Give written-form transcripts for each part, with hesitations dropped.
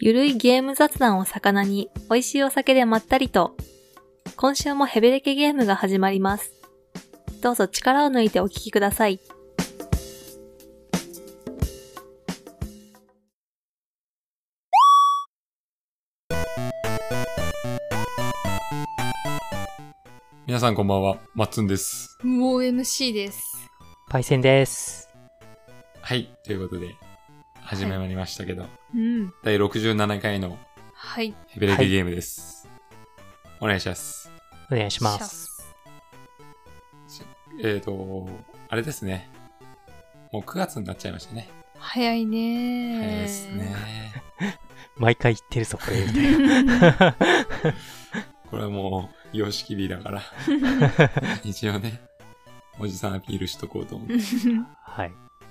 ゆるいゲーム雑談を魚に美味しいお酒でまったりと。今週もヘベレケゲームが始まります。どうぞ力を抜いてお聞きください。 皆さんこんばんは、まっつんです。 無謀 MC です。 パイセンです。 はい、ということで始めまいりましたけど、 第 67回のヘベレケゲームです。お願いします。 お願いします。 あれですね。もう9月になっちゃいましたね。 早いねー。 早いですね。 毎回言ってるぞ、これ、みたいな。 これはもう、様式美だから。一応ね、おじさんアピールしとこうと思って。 はい。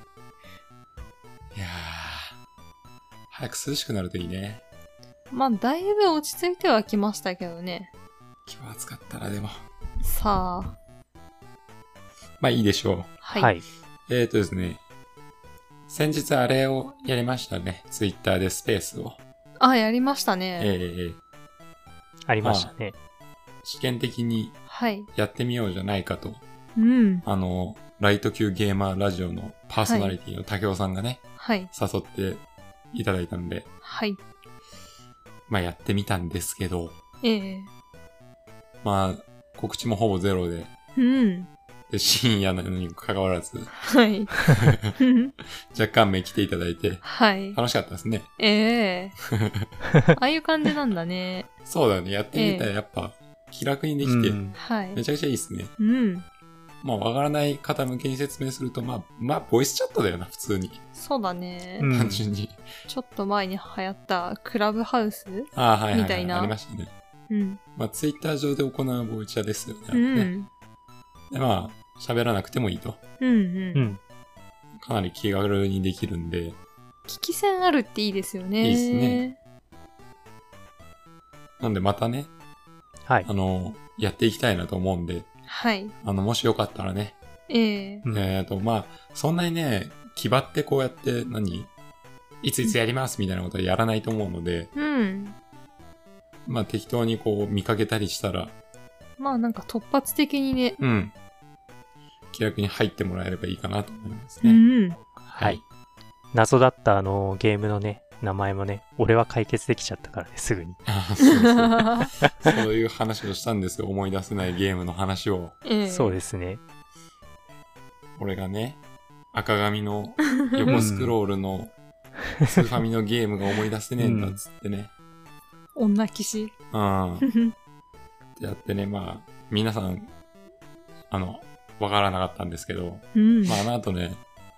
いやー、早く涼しくなるといいね。 まあ、だいぶ落ち着いてはきましたけどね。 今日暑かったらでも。 さあ。 まあいいでしょう。 はい。 ですね。先日あれをやりましたね。ツイッターでスペースを。 あ、やりましたね。 ありましたね。 試験的にやってみようじゃないかと。ライト級ゲーマーラジオのパーソナリティの竹雄さんがね、誘っていただいたんで、まあやってみたんですけど、まあ告知もほぼゼロで、で深夜なのにもかかわらず、若干目来ていただいて、楽しかったですね。 ああいう感じなんだね。 そうだね、やってみたらやっぱ気楽にできて、めちゃくちゃいいですね。まあわからない方向けに説明すると、まあボイスチャットだよな、普通に。 そうだね。 単純に。 ちょっと前に流行ったクラブハウスみたいな。 ありましたね。まあツイッター上で行うボイチャですよね。でまあ、喋らなくてもいいと。かなり気軽にできるんで。 聞き戦あるっていいですよね。 いいですね。なんでまたね、やっていきたいなと思うんで、もしよかったらね。まあ、そんなにね、気張ってこうやって、いついつやりますみたいなことはやらないと思うので、まあ適当にこう見かけたりしたら、 まあなんか突発的にね、 気楽に入ってもらえればいいかなと思いますね。 はい。謎だったゲームのね、名前もね、俺は解決できちゃったからね、すぐに。 そういう話をしたんですよ、思い出せないゲームの話を。 そうですね。 俺がね、赤紙の横スクロールのスーファミのゲームが思い出せねえんだっつってね。 女騎士。 ってやってね、まあ、皆さん、わからなかったんですけど、まあ、あの後ね、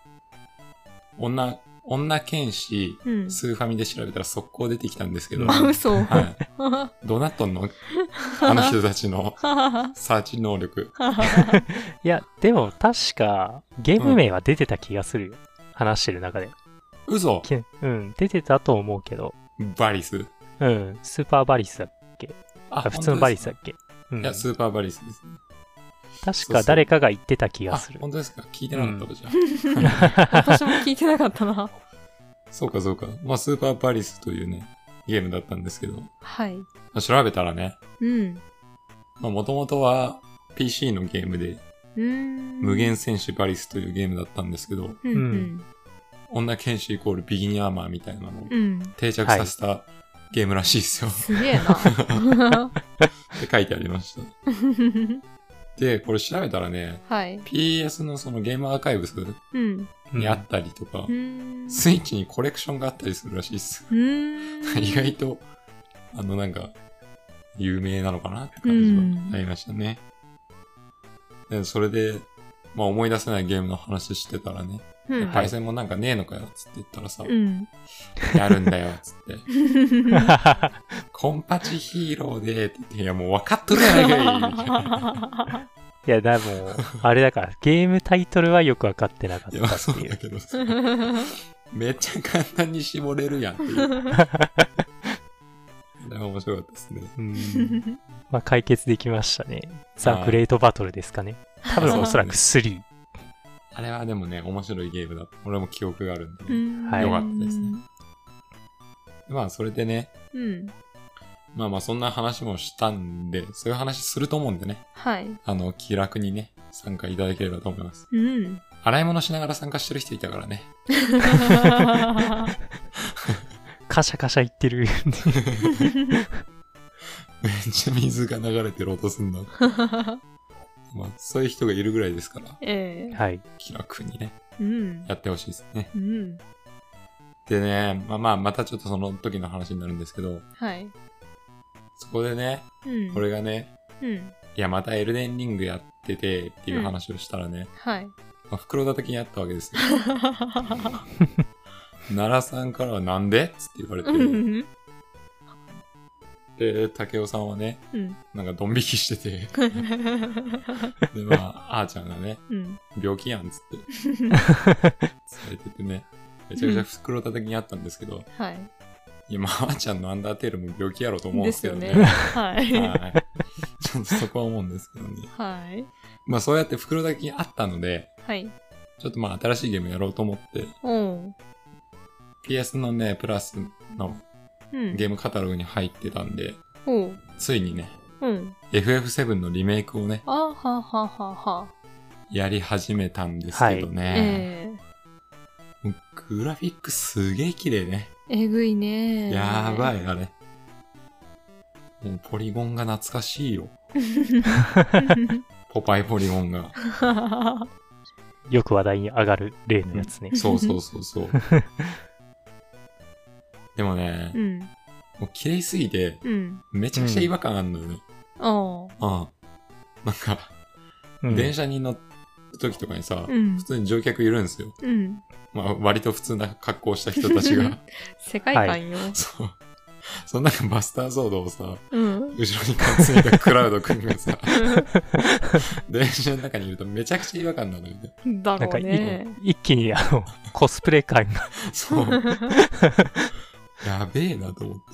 女剣士、スーファミで調べたら速攻出てきたんですけど、 嘘。 どうなっとんのあの人たちのサーチ能力。 いや、でも確か、ゲーム名は出てた気がするよ。話してる中で。 嘘？ 出てたと思うけど。 バリス？ スーパーバリスだっけ？普通のバリスだっけ？ いや、スーパーバリスですね。 確か誰かが言ってた気がする。 本当ですか？聞いてなかったわ、じゃあ。私も聞いてなかったな。 そうか。まあ、スーパーバリスというね、ゲームだったんですけど。調べたらね。まあ、もともとは PC のゲームで、無限戦士バリスというゲームだったんですけど、女剣士イコールビギニアーマーみたいなのを定着させたゲームらしいですよ。 すげえな。 って書いてありました。で、これ調べたらね、PS のそのゲームアーカイブスにあったりとか、スイッチにコレクションがあったりするらしいです。意外と、有名なのかなって感じはありましたね。でそれで、まあ思い出せないゲームの話してたらね、パイセンもねえのかよっつって言ったらさ、やるんだよっつって。コンパチヒーローでって言って、いやもう分かっとるやないかいみたいな。 いや、でも、あれだから、ゲームタイトルはよく分かってなかったっていう。 いや、そうだけどさ。めっちゃ簡単に絞れるやんっていう。面白かったですね。 まあ、解決できましたね。ザ・グレートバトルですかね。多分おそらく3。 あれはでもね、面白いゲームだった。俺も記憶があるんでね。よかったですね。 まあそれでね、まあそんな話もしたんで、そういう話すると思うんでね。 はい。 気楽にね、参加いただければと思います。洗い物しながら参加してる人いたからね。 カシャカシャ言ってる。 めっちゃ水が流れてる音すんだ。まあ、そういう人がいるぐらいですから。 はい。 気楽にね。やってほしいですね。でね、またちょっとその時の話になるんですけど。 はい。 そこでね、これがね、いや、またエルデンリングやっててっていう話をしたらね、 はい。 袋叩きにあったわけですよ。奈良さんからはなんでつって言われて、で、竹雄さんはね、なんかドン引きしてて、で、まあ、あーちゃんがね、病気やんつって伝えててね、めちゃくちゃ袋叩きにあったんですけど、 はい。 いや、まあ、あーちゃんのアンダーテールも病気やろと思うんですけどね。 ですよね。はい。 ちょっとそこは思うんですけどね。 はい。 まあ、そうやって袋叩きにあったので、 はい。 ちょっとまあ、新しいゲームやろうと思って、PS のね、プラスのゲームカタログに入ってたんで、ついにね、FF7 のリメイクをね、やり始めたんですけどね、グラフィックすげえ綺麗ね。 えぐいね。 やばい、あれ。もうポリゴンが懐かしいよ。ポパイポリゴンが。 よく話題に上がる例のやつね。 そう。でもね、もう綺麗すぎて、めちゃくちゃ違和感あるのよね。なんか、電車に乗った時とかにさ、普通に乗客いるんですよ。まあ、割と普通な格好をした人たちが。 世界観よ。 そう。その中バスターソードをさ、後ろに担いだクラウドくんがさ、電車の中にいるとめちゃくちゃ違和感なのよね。 だろうね。 なんか一気にコスプレ感が。 そう。やべえなと思って。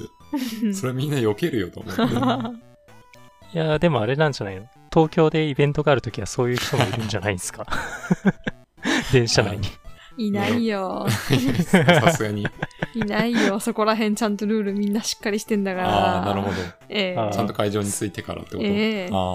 それみんな避けるよと思って。 いや、でもあれなんじゃないの？東京でイベントがあるときはそういう人もいるんじゃないですか？電車内に。 いないよ。 さすがに。 いないよ。そこら辺ちゃんとルールみんなしっかりしてんだから。 ああ、なるほど。ちゃんと会場に着いてからってこと。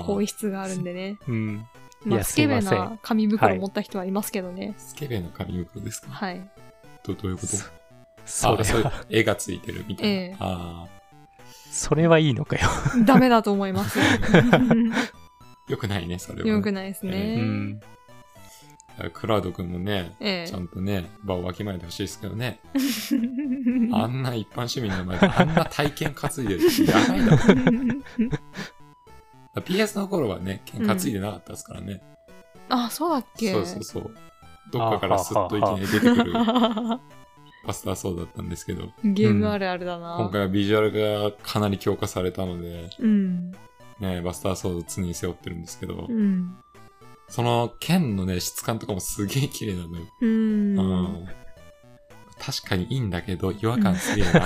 更衣室があるんでね。 まあ、 スケベな紙袋持った人はいますけどね。 スケベな紙袋ですか？ はい。 どういうこと？ そういう絵がついてるみたいな。 それはいいのかよ。 ダメだと思います。 よくないね、それは。 よくないですね。 クラウド君もね、ちゃんとね、場をわきまえてほしいですけどね。あんな一般市民の前であんな体験担いでるってやばいだろ。PS の頃はね、剣担いでなかったですからね。 あ、そうだっけ？ そう。どっかからスッといきなり出てくるバスターソードだったんですけど。 ゲームあるあるだな。 今回はビジュアルがかなり強化されたので、ね、バスターソード常に背負ってるんですけど、その剣のね、質感とかもすげえ綺麗なのよ。確かにいいんだけど、違和感すげえな。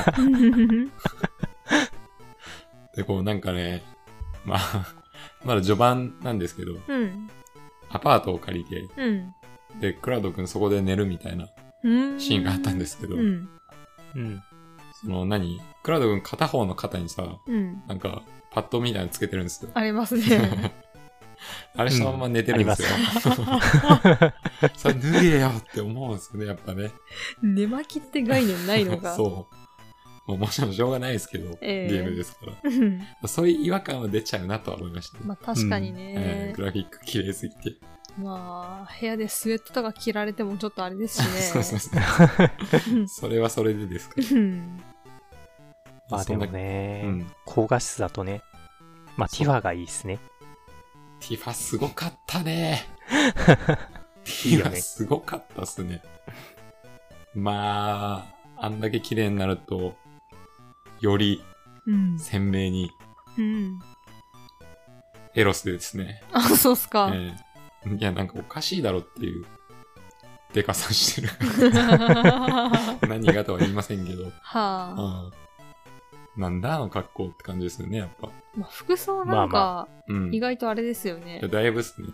で、こうなんかね、まだ序盤なんですけど、アパートを借りて、で、クラウド君そこで寝るみたいなシーンがあったんですけど、そのクラウド君片方の肩にさ、なんかパッドみたいなのつけてるんですよ。 ありますね。 あれしたまま寝てるんですよ。それ脱げよって思うんですよね、やっぱね。 寝巻きって概念ないのか。 そう。もちろんしょうがないですけど、ゲームですから。そういう違和感は出ちゃうなとは思いましたね。 まあ確かにね。 グラフィック綺麗すぎて。 まあ、部屋でスウェットとか着られてもちょっとあれですしね。 そう。それはそれでですから。 まあでもね、高画質だとね、まあティファがいいですね。 ティファすごかったね。ティファすごかったっすね。まあ、あんだけ綺麗になると、より鮮明に、エロスですね。 あ、そうっすか。 いや、なんかおかしいだろっていう、デカさしてる。何がとは言いませんけど。なんだあの格好って感じですよね、やっぱ。 まあ、服装なんか、意外とあれですよね。 だいぶっすね。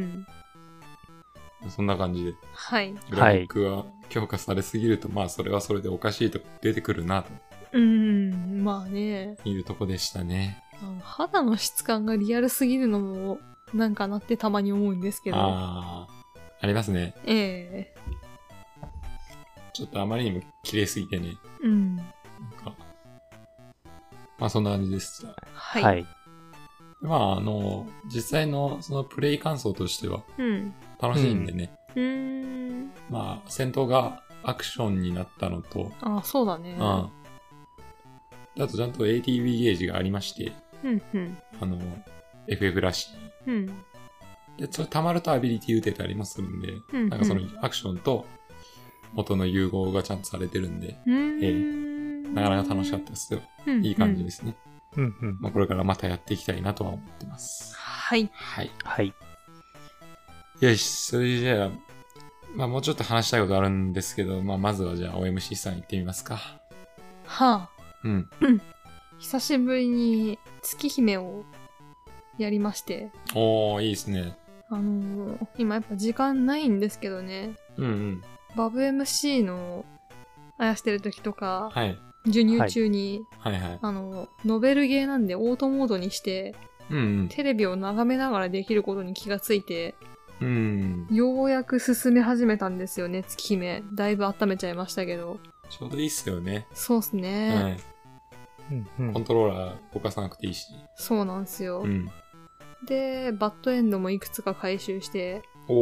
そんな感じで。 はい。 グラフィックが強化されすぎると、まあそれはそれでおかしいと出てくるなと。 まあね。 いるとこでしたね。 肌の質感がリアルすぎるのも、なんかなってたまに思うんですけど。 ありますね。ちょっとあまりにも綺麗すぎてね。なんか、まあそんな感じでした。 はい。 まあ実際のそのプレイ感想としては、楽しいんでね。まあ戦闘がアクションになったのと、 そうだね。あとちゃんと ATB ゲージがありまして、FF らしい。で、それ溜まるとアビリティ打てたりもするんで、なんかそのアクションと元の融合がちゃんとされてるんで、なかなか楽しかったですよ。いい感じですね。まあこれからまたやっていきたいなとは思ってます。 はい。 よし、それじゃあ、まあもうちょっと話したいことあるんですけど、まあまずはじゃあ OMC さん行ってみますか。 久しぶりに月姫をやりまして。 いいですね。 今やっぱ時間ないんですけどね。バブ MC のあやしてる時とか、授乳中に、ノベルゲーなんでオートモードにして、テレビを眺めながらできることに気がついて、ようやく進め始めたんですよね、月姫。だいぶ温めちゃいましたけど。 ちょうどいいっすよね。 そうっすね。 コントローラー動かさなくていいし。 そうなんですよ。で、バッドエンドもいくつか回収して。じ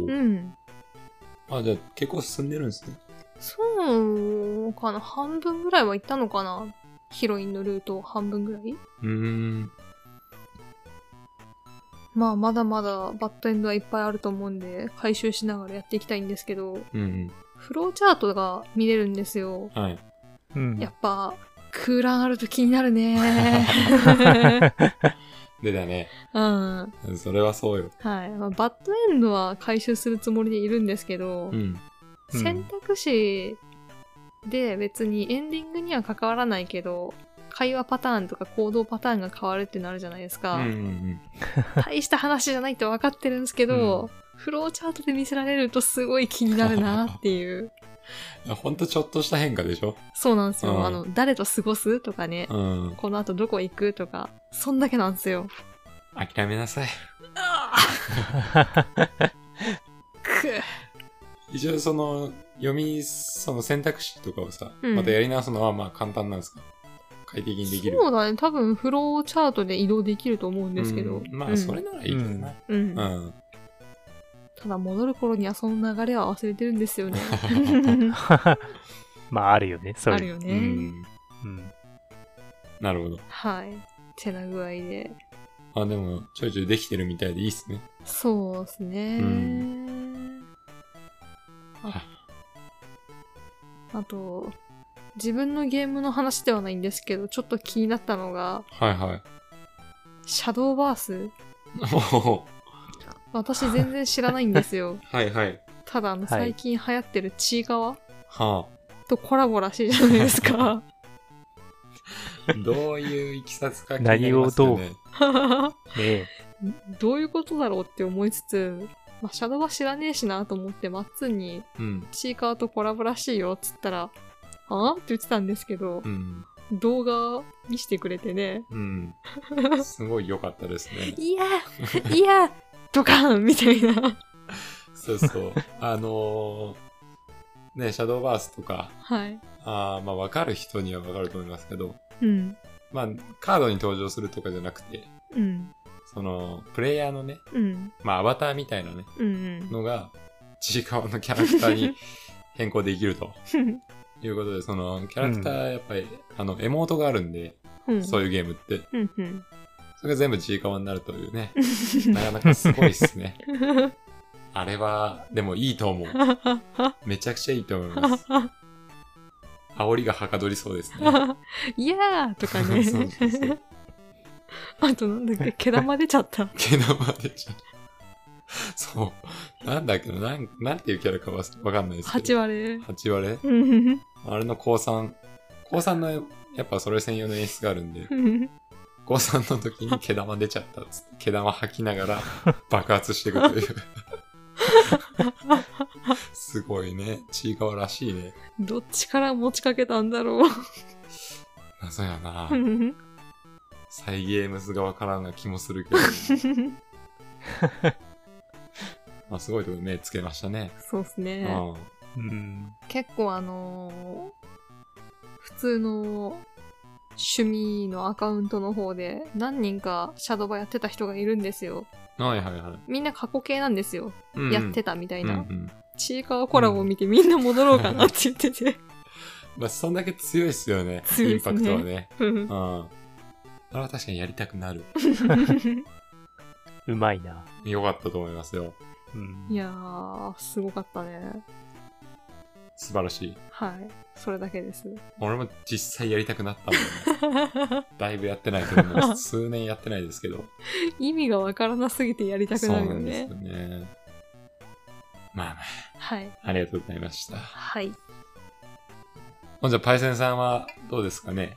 ゃあ結構進んでるんですね。 そうかな。半分ぐらいは行ったのかな。ヒロインのルート半分ぐらい。まあ、まだまだバッドエンドはいっぱいあると思うんで、回収しながらやっていきたいんですけど、フローチャートが見れるんですよ。やっぱ、空欄あると気になるね。 でだね。それはそうよ。 まあ、バッドエンドは回収するつもりでいるんですけど、選択肢で別にエンディングには関わらないけど、会話パターンとか行動パターンが変わるってなるじゃないですか。大した話じゃないって分かってるんですけど、フローチャートで見せられるとすごい気になるなっていう。 ほんとちょっとした変化でしょ？ そうなんですよ。誰と過ごすとかね、この後どこ行くとか、そんだけなんですよ。 諦めなさい。一応その選択肢とかをさ、またやり直すのはまあ簡単なんですか？快適にできる？ そうだね。多分フローチャートで移動できると思うんですけど。 まあそれならいいけどな。 ただ戻る頃にはその流れは忘れてるんですよね。 まああるよね。 あるよね。 なるほど。 てな具合で。 でもちょいちょいできてるみたいでいいっすね。 そうですね。あと、自分のゲームの話ではないんですけど、ちょっと気になったのが、シャドーバース私全然知らないんですよ。ただ最近流行ってるちいかわとコラボらしいじゃないですか。 どういういきさつか気になりますよね。 どういうことだろうって思いつつ、シャドーは知らねえしなと思ってマッツンにちいかわとコラボらしいよっつったら、って言ってたんですけど、動画見せてくれてね。 すごい良かったですね。 いやドカーンみたいな。 そうそう。ね、シャドーバースとか、まあ分かる人には分かると思いますけど、まあカードに登場するとかじゃなくて、そのプレイヤーのね、まあアバターみたいなね、のがちいかわのキャラクターに変更できるということで、そのキャラクターやっぱり、エモートがあるんで、そういうゲームって、それが全部ちいかわになるというね、なかなかすごいっすね。あれはでもいいと思う。めちゃくちゃいいと思います。煽りがはかどりそうですね。 いやーとかね。そうあとなんだっけ、毛玉出ちゃった。 毛玉出ちゃった。そう。なんだっけな、なんていうキャラかわかんないですけど。 8割。 8割あれの高3のやっぱそれ専用の演出があるんで、高3の時に毛玉出ちゃったっつって、毛玉吐きながら爆発していくという。すごいね。ちいかわらしいね。 どっちから持ちかけたんだろう。 そうやな。サイゲームズ側からな気もするけど。まあ、すごいところ目つけましたね。 そうっすね。 うん、 結構普通の趣味のアカウントの方で何人かシャドバやってた人がいるんですよ。 はいはいはい。 みんな過去形なんですよ。 うんうん、 やってたみたいな。 うんうん、 チーカーコラボを見てみんな戻ろうかなって言ってて。 まあ、そんだけ強いっすよね。 強いっすね。 インパクトはね。うん。それは確かにやりたくなる。 うまいな。 よかったと思いますよ。 うん、いやー、すごかったね。 素晴らしい。 はい。それだけです。 俺も実際やりたくなったもんね。だいぶやってないけど、もう数年やってないですけど。 意味がわからなすぎてやりたくなるよね。 そうなんですよね。まあまあ。 はい。 ありがとうございました。 はい。 じゃあ、パイセンさんはどうですかね？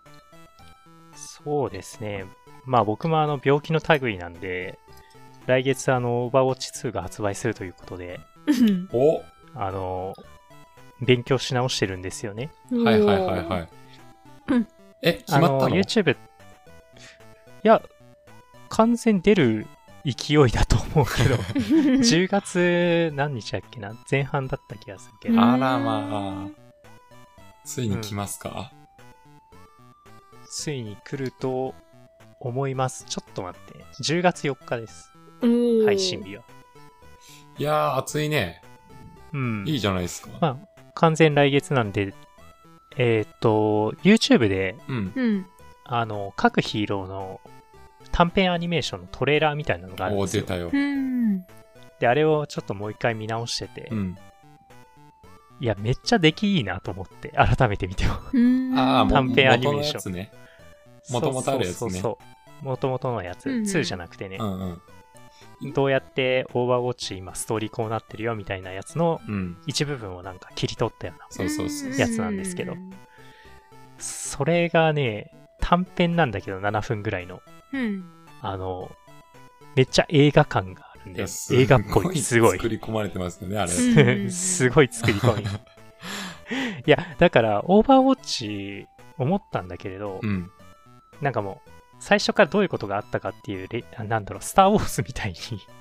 そうですね。まあ僕も病気の類なんで、来月オーバーウォッチ2が発売するということで、 お勉強し直してるんですよね。 はいはいはいはい。決まったの ？YouTube、いや、完全出る勢いだと思うけど、10月何日だっけな？前半だった気がするけど。 あらまあ。ついに来ますか？ ついに来ると思います。ちょっと待って。10月4日です。配信日は。 いやー、暑いね。 うん。 いいじゃないですか。 まあ、完全来月なんで、YouTube で、各ヒーローの短編アニメーションのトレーラーみたいなのがあるんですよ。 出たよ。 で、あれをちょっともう一回見直してて、いや、めっちゃ出来いいなと思って、改めて見ても。短編アニメーション。 ね。元々あるやつね。 そう。元々のやつ。2じゃなくてね。どうやってオーバーウォッチ今ストーリーこうなってるよみたいなやつの一部分をなんか切り取ったようなやつなんですけど、それがね、短編なんだけど7分ぐらいの、めっちゃ映画感があるんで、映画っぽい、すごい。 作り込まれてますよね、あれ。 すごい作り込み。いや、だからオーバーウォッチ思ったんだけれど、なんかもう、最初からどういうことがあったかっていう、なんだろう、スター・ウォーズみたいに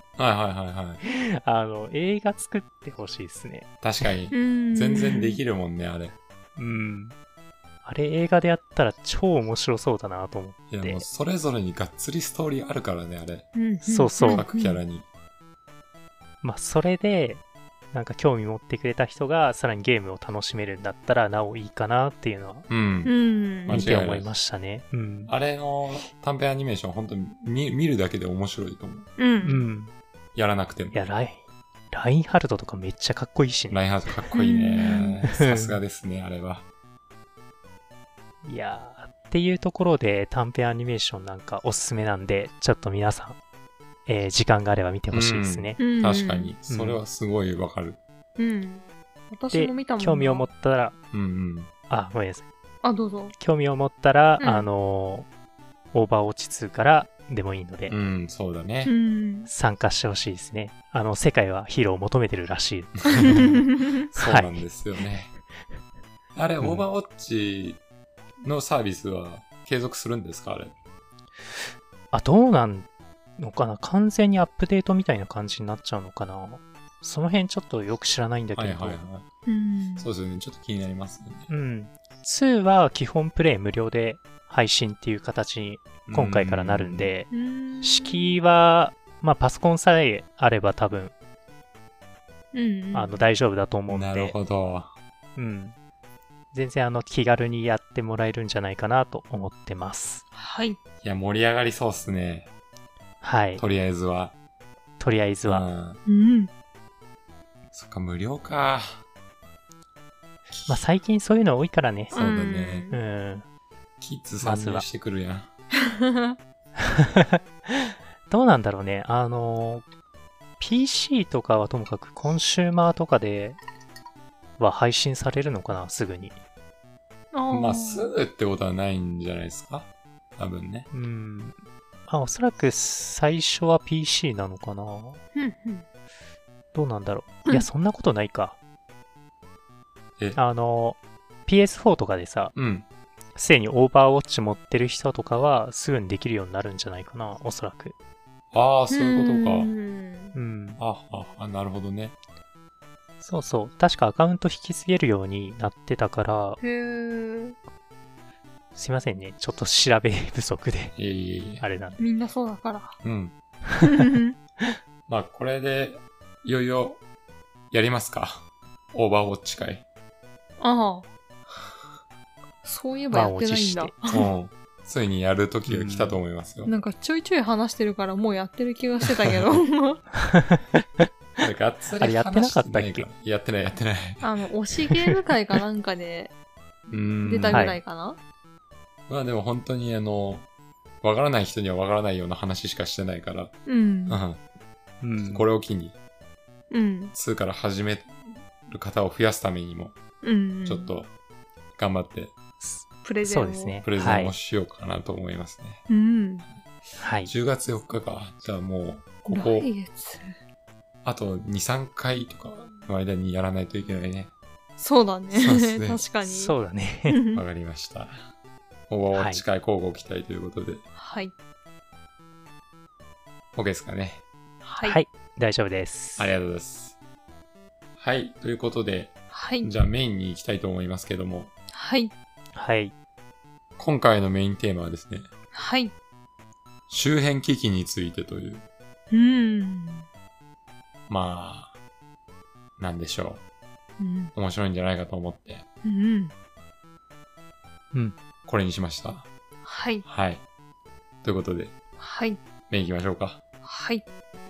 映画作ってほしいですね。 確かに。全然できるもんね、あれ。 あれ映画でやったら超面白そうだなと思って。 いや、もうそれぞれにがっつりストーリーあるからね、あれ。 そうそう。 各キャラに。 まあ、それで、なんか興味持ってくれた人がさらにゲームを楽しめるんだったらなおいいかなっていうのは見て思いましたね。 あれの短編アニメーション本当に見るだけで面白いと思う。やらなくても。 いや、ラインハルトとかめっちゃかっこいいしね。 ラインハルトかっこいいね。さすがですね、あれは。 いやー、っていうところで短編アニメーションなんかおすすめなんで、ちょっと皆さん時間があれば見てほしいですね。 確かに。それはすごいわかる。 私も見たもんな。 興味を持ったら、あ、ごめんなさい。 どうぞ。 興味を持ったら、オーバーウォッチ2からでもいいので、 そうだね。 参加してほしいですね。世界はヒーローを求めてるらしい。 そうなんですよね。あれ、オーバーウォッチのサービスは継続するんですか、あれ。 どうなんのかな、完全にアップデートみたいな感じになっちゃうのかな。その辺ちょっとよく知らないんだけど。 そうですよね。ちょっと気になりますね。2は基本プレイ無料で配信っていう形に今回からなるんで、敷居は、まあパソコンさえあれば多分、大丈夫だと思うんで。 なるほど。 全然気軽にやってもらえるんじゃないかなと思ってます。 はい。 いや、盛り上がりそうっすね。 はい。 とりあえずは。そっか、無料か。 まあ最近そういうの多いからね。 そうだね。キッズ参入してくるやん。 どうなんだろうね。PC とかはともかくコンシューマーとかでは配信されるのかな、すぐに。 まあすぐってことはないんじゃないですか、多分ね。 おそらく最初は PC なのかな。どうなんだろう。いや、そんなことないか。PS4 とかでさ、 すでにオーバーウォッチ持ってる人とかはすぐにできるようになるんじゃないかな、おそらく。 ああ、そういうことか。 うん。 なるほどね。 そうそう。確かアカウント引き継げるようになってたから、すいませんね。ちょっと調べ不足で。あれなんで。 みんなそうだから。 うん。まあ、これで、いよいよ、やりますか。オーバーウォッチ会。 ああ。そういえばやってないんだ。 ついにやる時が来たと思いますよ。 なんかちょいちょい話してるからもうやってる気がしてたけど。 がっつりやってなかったっけ？ やってない。 推しゲーム会かなんかで出たぐらいかな。 まあでも本当にわからない人にはわからないような話しかしてないから。これを機に、2から始める方を増やすためにも、ちょっと頑張って、 プレゼンをしようかなと思いますね。 はい。 10月4日か。じゃあもう、ここ、あと2、3回とかの間にやらないといけないね。 そうだね。確かに。 そうだね。 わかりました。オーバーウォッチ会交互期待ということで。 はい。 OK ですかね。 はい。大丈夫です。 ありがとうございます。はい。ということで、 はい。 じゃあメインに行きたいと思いますけども。 はい。 はい。 今回のメインテーマはですね。 はい。 周辺機器についてという。まあ、なんでしょう。面白いんじゃないかと思って。これにしました。 はい。 はい。ということで。 はい。 メイン行きましょうか。 はい。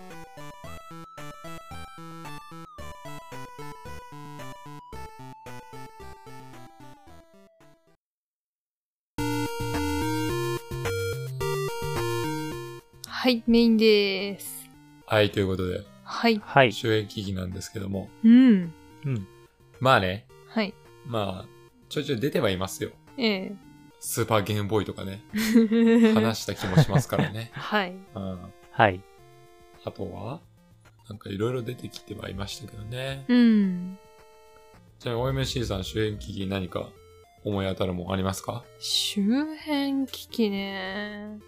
はい、メインでーす。 はい、ということで。 はい。 はい。 周辺機器なんですけども。まあね。 はい。 まあ、ちょいちょい出てはいますよ。スーパーゲームボーイとかね。話した気もしますからね。 はい。 はい。 あとはなんかいろいろ出てきてはいましたけどね。じゃあ OMC さん、周辺機器何か思い当たるもんありますか？ 周辺機器ね。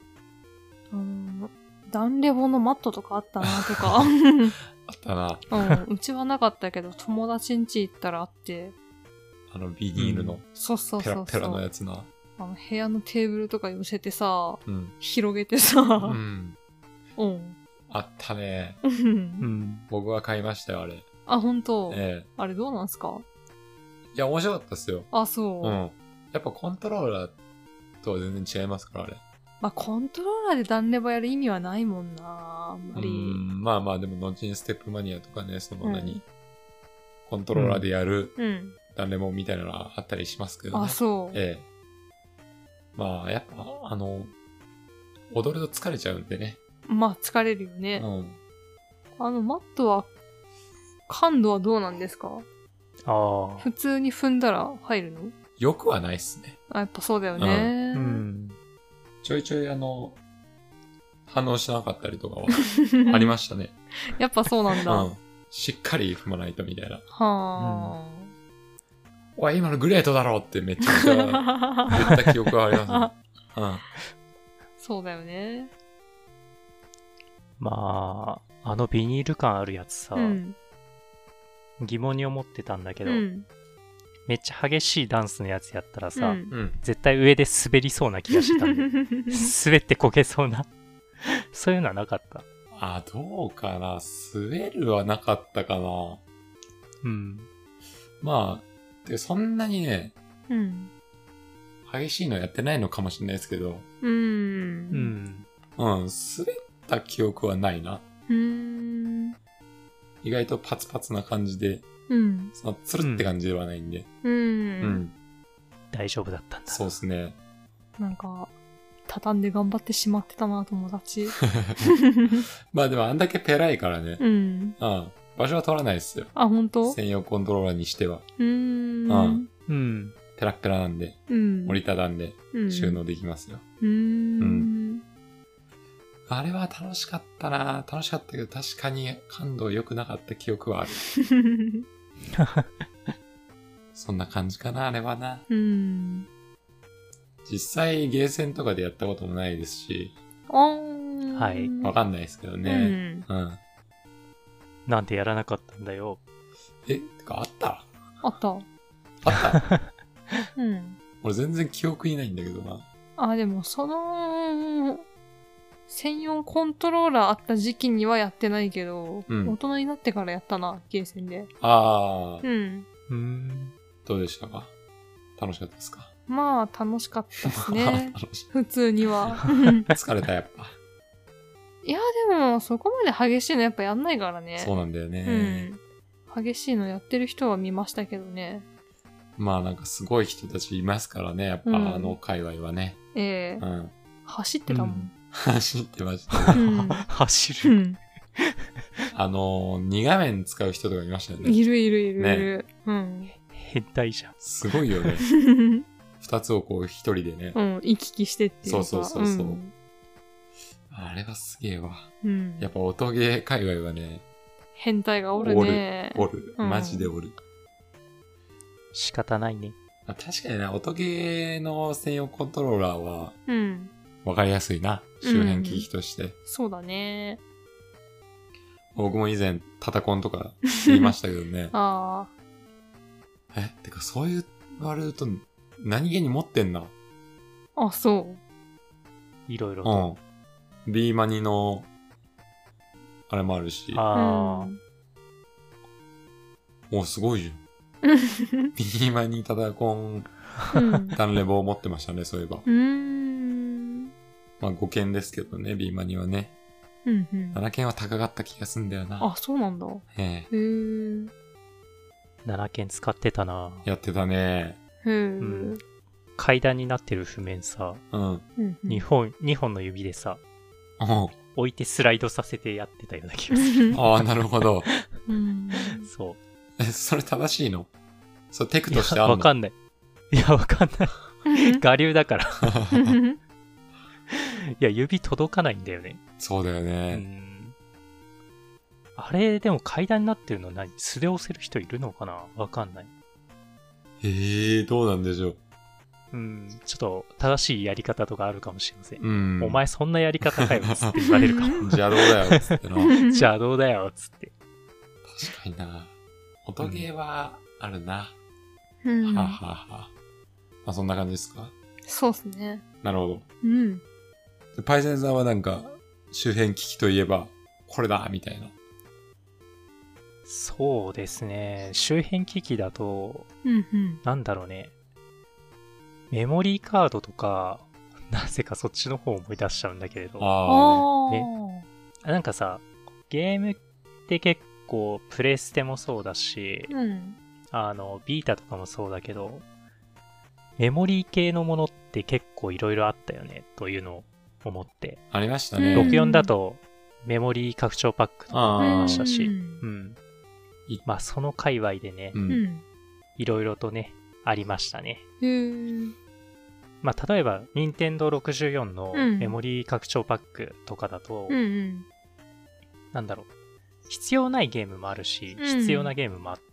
ダンレボのマットとかあったなとか。 あったな。 うちはなかったけど、友達ん家行ったらあって。 ビニールの、ペラペラのやつな。 部屋のテーブルとか寄せてさ、広げてさ、 あったね。僕は買いましたよ、あれ。 あ、本当。あれどうなんすか？ いや、面白かったっすよ。 あ、そう。 やっぱコントローラーとは全然違いますから、あれ。 まあ、コントローラーでダンレボやる意味はないもんな、あんまり。 まあまあ、でも、後にステップマニアとかね、コントローラーでやる、ダンレボみたいなのはあったりしますけどね。 あ、そう。 まあ、やっぱ、踊ると疲れちゃうんでね。 まあ、疲れるよね。マットは、感度はどうなんですか？普通に踏んだら入るの？ よくはないっすね。 やっぱそうだよね。 ちょいちょい反応しなかったりとかはありましたね。 やっぱそうなんだ。 しっかり踏まないとみたいな。おい、今のグレートだろってめっちゃ言った記憶はありますね。 そうだよね。 まあ、ビニール感あるやつさ、疑問に思ってたんだけど、めっちゃ激しいダンスのやつやったらさ、絶対上で滑りそうな気がしたんで、滑ってこけそうなそういうのはなかった？ どうかな。滑るはなかったかな。まあ、そんなにね、激しいのやってないのかもしれないですけど、滑った記憶はないな。意外とパツパツな感じで、そのつるって感じではないんで。 大丈夫だったんだ。 そうですね。 なんか、畳んで頑張ってしまってたな、友達。 まあでもあんだけペラいからね。場所は取らないっすよ。 あ、本当？ 専用コントローラーにしては。ペラッペラなんで、折りたたんで収納できますよ。あれは楽しかったな。楽しかったけど確かに感度良くなかった記憶はある。そんな感じかな、あれはな。 実際ゲーセンとかでやったこともないですし。 はい。 わかんないですけどね。うん。 なんでやらなかったんだよ。 てか、あったあった。 あったうん。 俺全然記憶にないんだけどな。 でも専用コントローラーあった時期にはやってないけど、大人になってからやったな、ゲーセンで。 ああ。 うん。 どうでしたか？楽しかったですか？ まあ、楽しかったですね。普通には。 疲れた、やっぱ。 いや、でも、そこまで激しいのやっぱやんないからね。 そうなんだよね。 激しいのやってる人は見ましたけどね。 まあなんかすごい人たちいますからね、やっぱあの界隈はね。 走ってたもん。 走ってましたね。 走る。 2画面使う人とかいましたよね。 いるいる。 変態じゃん。 すごいよね。2つをこう一人でね。 行き来してっていうか。 そう。あれはすげえわ。やっぱ音ゲー界隈はね。 変態がおるね。 おる。マジでおる。 仕方ないね。 確かにな、音ゲーの専用コントローラーは、わかりやすいな。周辺機器として。 そうだね。 僕も以前、タタコンとか言いましたけどね。てかそう言われると、何気に持ってんな。 そう。 いろいろと。 B マニの、あれもあるし。すごいじゃん。B マニタタコン、ダンレボを持ってましたね、そういえば。まあ5件ですけどね、B マニはね。7件は高かった気がすんだよな。 そうなんだ。 へえ。 7件使ってたな。 やってたね。 階段になってる譜面さ、2本の指でさ、置いてスライドさせてやってたような気がする。 なるほど。 そう。 それ正しいの？テクとしてあるの？ わかんない。わかんない。我流だから。指届かないんだよね。 そうだよね。 あれ、でも階段になってるの素で押せる人いるのかな？わかんない。 どうなんでしょう。 ちょっと正しいやり方とかあるかもしれません。お前そんなやり方かよ、つって言われるかも。 邪道だよ、つっての。 邪道だよ、つって。 確かにな。音ゲーはあるな。そんな感じですか？ そうっすね。 なるほど。パイセンさんはなんか、周辺機器といえば、これだみたいな。 そうですね。周辺機器だと、なんだろうね。メモリーカードとか、なぜかそっちの方を思い出しちゃうんだけれど。なんかさ、ゲームって結構、プレステもそうだし、ビータとかもそうだけど、メモリー系のものって結構いろいろあったよね、というのを思って。 ありましたね。 64だと、メモリー拡張パックとかもありましたし、まあその界隈でね、いろいろとね、ありましたね。まあ例えば、任天堂64のメモリー拡張パックとかだと、なんだろう、必要ないゲームもあるし、必要なゲームもあって、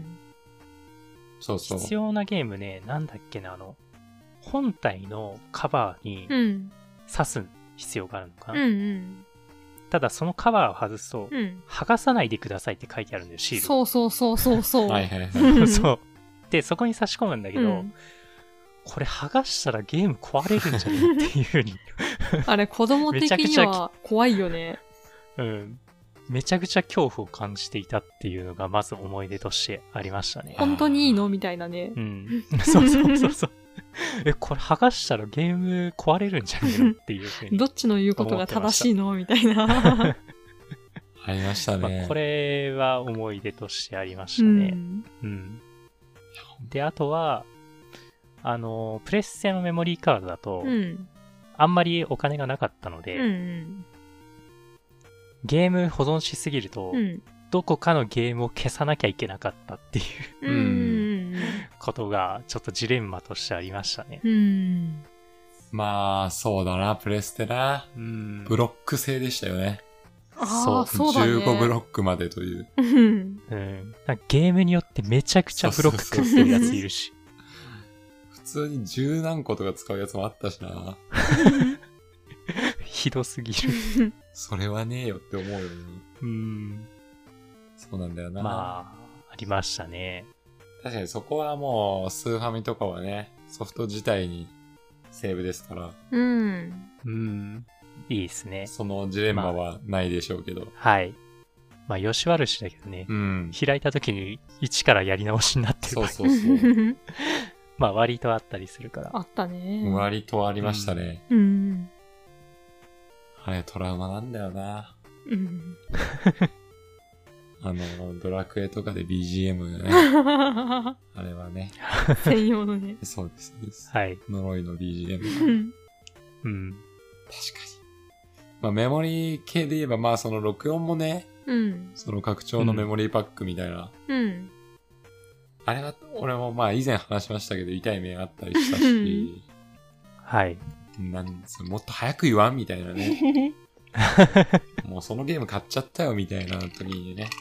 必要なゲームね、なんだっけな、本体のカバーに挿す必要があるのかな。ただそのカバーを外すと、剥がさないでくださいって書いてあるんだよ、シール。 そう。 そう。で、そこに差し込むんだけど、これ剥がしたらゲーム壊れるんじゃねっていう風に。 あれ、子供的には怖いよね。 めちゃくちゃ恐怖を感じていたっていうのがまず思い出としてありましたね。 本当にいいのみたいなね。 そう。これ剥がしたらゲーム壊れるんじゃねえのっていうふうに。 どっちの言うことが正しいのみたいな。 ありましたね。 これは思い出としてありましたね。で、あとは、プレステのメモリーカードだと、あんまりお金がなかったので、ゲーム保存しすぎると、どこかのゲームを消さなきゃいけなかったっていうことがちょっとジレンマとしてありましたね。 まあそうだな、プレステな。ブロック制でしたよね。 そうだね。 15ブロックまでという。 ゲームによってめちゃくちゃブロック取ってるやついるし。 普通に十何個とか使うやつもあったしな。 ひどすぎる。 それはねえよって思うよね。そうなんだよな。 まあ、ありましたね。 確かにそこはもう、スーファミとかはね、ソフト自体にセーブですから。 いいですね。 そのジレンマはないでしょうけど。 はい。まあ、よし悪しだけどね。開いた時に一からやり直しになってる。 そう。 まあ、割とあったりするから。 あったね。 割とありましたね。あれ、トラウマなんだよな。ドラクエとかで BGM ね。あれはね。 専用のね。 そうです。 はい。 呪いの BGM。確かに。まあ、メモリー系で言えば、まあ、その64もね、その拡張のメモリーパックみたいな。あれは、俺もまあ、以前話しましたけど、痛い目あったりしたし。 はい。 もっと早く言わんみたいなね。もうそのゲーム買っちゃったよみたいな時にね。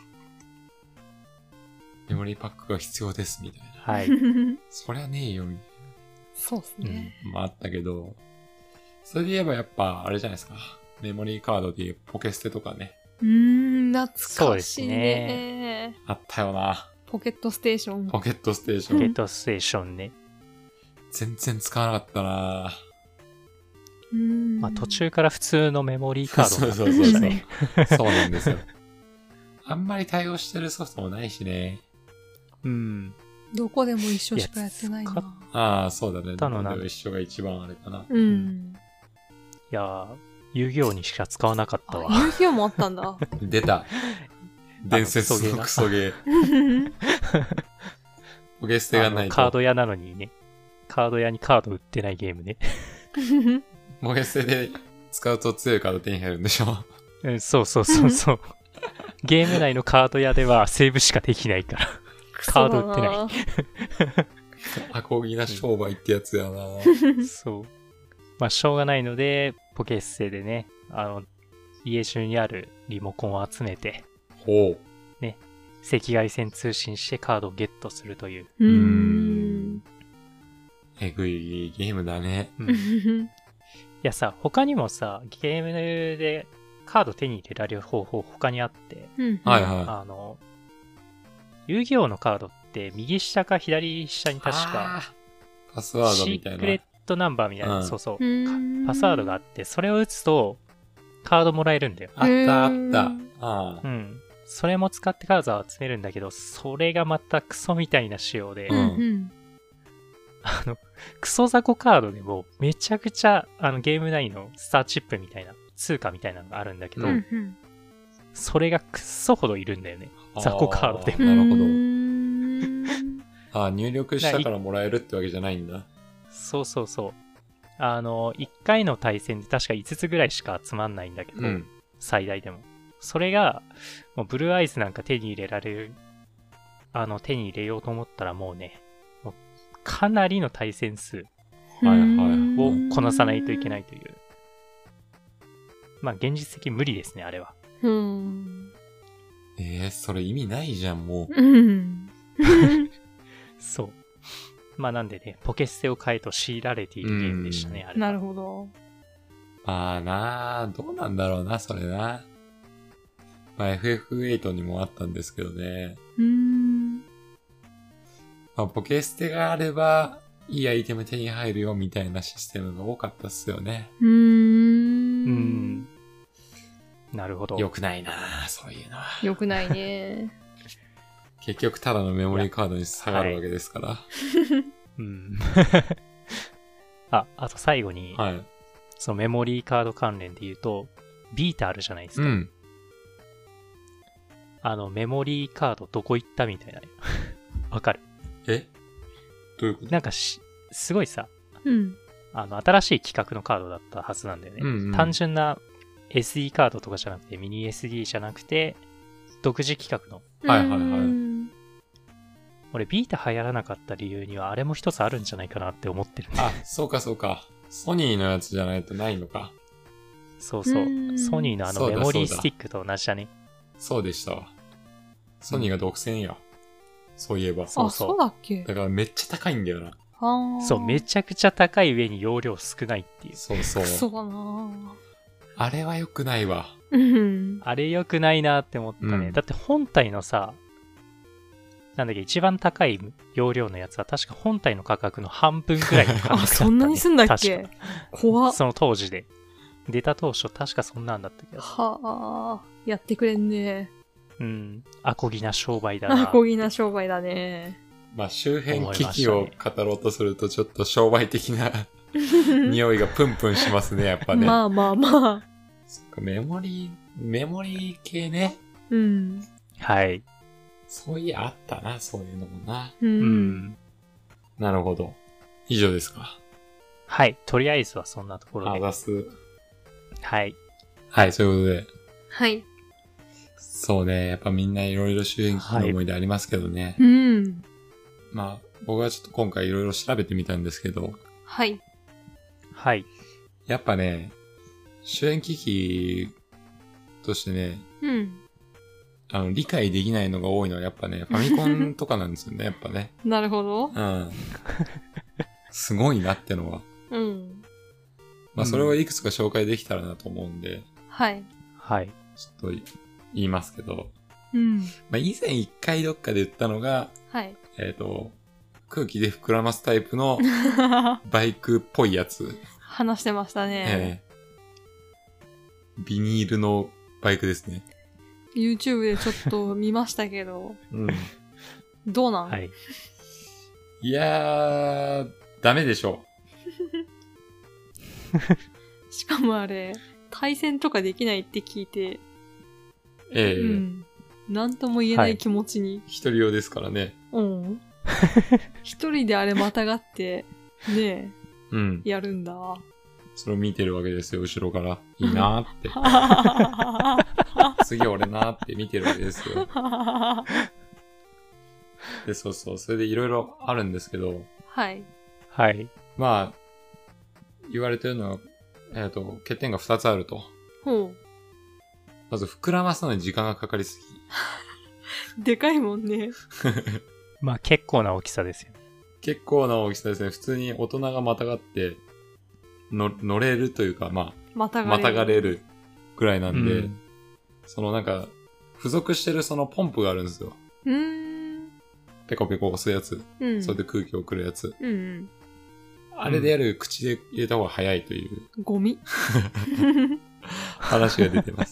メモリーパックが必要ですみたいな。 はい。 そりゃねえよみたいな。 そうっすね。 まああったけど、それで言えばやっぱあれじゃないですか。メモリーカードで言うポケステとかね。 懐かしいね。 あったよな。 ポケットステーション。 ポケットステーションね。 全然使わなかったな。 まあ途中から普通のメモリーカードだったんですね。 そうなんですよ。あんまり対応してるソフトもないしね。 どこでも一緒しかやってないな。 ああ、そうだね。どこでも一緒が一番あれかな。 いやー、遊戯王にしか使わなかったわ。 遊戯王もあったんだ。 出た。伝説のクソゲー。ポケステがないと。 カード屋なのにね。カード屋にカード売ってないゲームね。 ポケステで使うと強いカード手に入るんでしょ。 そう。ゲーム内のカード屋ではセーブしかできないから。カード売ってない。 アコギな商売ってやつやな。 そう。まあ、しょうがないので、ポケステでね、家中にあるリモコンを集めて、ね、赤外線通信してカードをゲットするという。 えぐいゲームだね。 いやさ、他にもさ、ゲームでカード手に入れられる方法他にあって、遊戯王のカードって右下か左下に確か、 パスワードみたいな。 シークレットナンバーみたいな、そう。パスワードがあって、それを打つとカードもらえるんだよ。 あった。 それも使ってカードを集めるんだけど、それがまたクソみたいな仕様で、クソ雑魚カードでもめちゃくちゃゲーム内のスターチップみたいな通貨みたいなのがあるんだけど、それがクソほどいるんだよね、雑魚カードで。 なるほど。入力したからもらえるってわけじゃないんだ。 そう。1回の対戦で確か5つぐらいしか集まんないんだけど、最大でも。それがもうブルーアイズなんか手に入れられる、手に入れようと思ったらもうね、かなりの対戦数をこなさないといけないという。まあ現実的無理ですね、あれは。 それ意味ないじゃん、もう。 そう。まあなんでね、ポケステを買えと強いられているゲームでしたね、あれは。 なるほど。 まあなあ、どうなんだろうな、それな。まあ FF8 にもあったんですけどね。まあ、ポケステがあれば、いいアイテム手に入るよみたいなシステムが多かったっすよね。 なるほど。 よくないなそういうのは。 よくないね。 結局ただのメモリーカードに下がるわけですから。 あと最後に、そのメモリーカード関連で言うと、ビータあるじゃないですか。メモリーカードどこ行ったみたいな。わかる？ どういうこと？ なんかすごいさ、新しい規格のカードだったはずなんだよね。単純な SD カードとかじゃなくて、ミニ SD じゃなくて、独自規格の。俺、ビータ流行らなかった理由には、あれも一つあるんじゃないかなって思ってるんだ。 そうか。ソニーのやつじゃないとないのか。 そう。ソニーのメモリースティックと同じだね。 そうでしたわ。ソニーが独占や。そういえば。 そうだっけ？ だからめっちゃ高いんだよな。 そう、めちゃくちゃ高い上に容量少ないっていう。 そうそう。 そうだなあれは良くないわ。 あれ良くないなって思ったね。だって本体のさ、なんだっけ、一番高い容量のやつは確か本体の価格の半分くらいの価格だった、ね。 あ、そんなにすんだっけ？怖っ。 その当時で。出た当初確かそんなんだったけど。 はあ、やってくれんね。 アコギな商売だな。 アコギな商売だね。 まあ周辺機器を語ろうとするとちょっと商売的な匂いがプンプンしますね、やっぱね。 まあまあまあ。 そっか、メモリー系ね。 はい。 そういや、あったな、そういうのもな。なるほど。以上ですか。 はい。とりあえずはそんなところで。 出す。 はい。 はい、そういうことで。 はい。 そうね。やっぱみんないろいろ周辺機器の思い出ありますけどね。まあ、僕はちょっと今回いろいろ調べてみたんですけど。 はい。 はい。 やっぱね、周辺機器としてね、理解できないのが多いのはやっぱね、ファミコンとかなんですよね、やっぱね。 なるほど。 すごいなってのは。まあそれをいくつか紹介できたらなと思うんで。 はい。 はい。 ちょっと言いますけど。まあ以前一回どっかで言ったのが、 はい。 空気で膨らますタイプのバイクっぽいやつ。 話してましたね。 ビニールのバイクですね。 YouTube でちょっと見ましたけど。どうなん？ はい。いやー、ダメでしょ。 しかもあれ、対戦とかできないって聞いて。なんとも言えない気持ちに。 一人用ですからね。 一人であれまたがって、ねえ、やるんだ。 それを見てるわけですよ、後ろから。いいなーって。次俺なーって見てるわけですよ。で、そうそう。それでいろいろあるんですけど。 はい。 はい。 まあ、言われてるのは、欠点が2つあると。まず、膨らますのに時間がかかりすぎ。でかいもんね。 まあ、結構な大きさですよ。 結構な大きさですね。普通に大人がまたがって、乗れるというか、まあ、またがれるくらいなんで、そのなんか、付属してるそのポンプがあるんですよ。ペコペコ押すやつ。それで空気を送るやつ。あれでやる口で入れた方が早いという。 ゴミ話が出てます。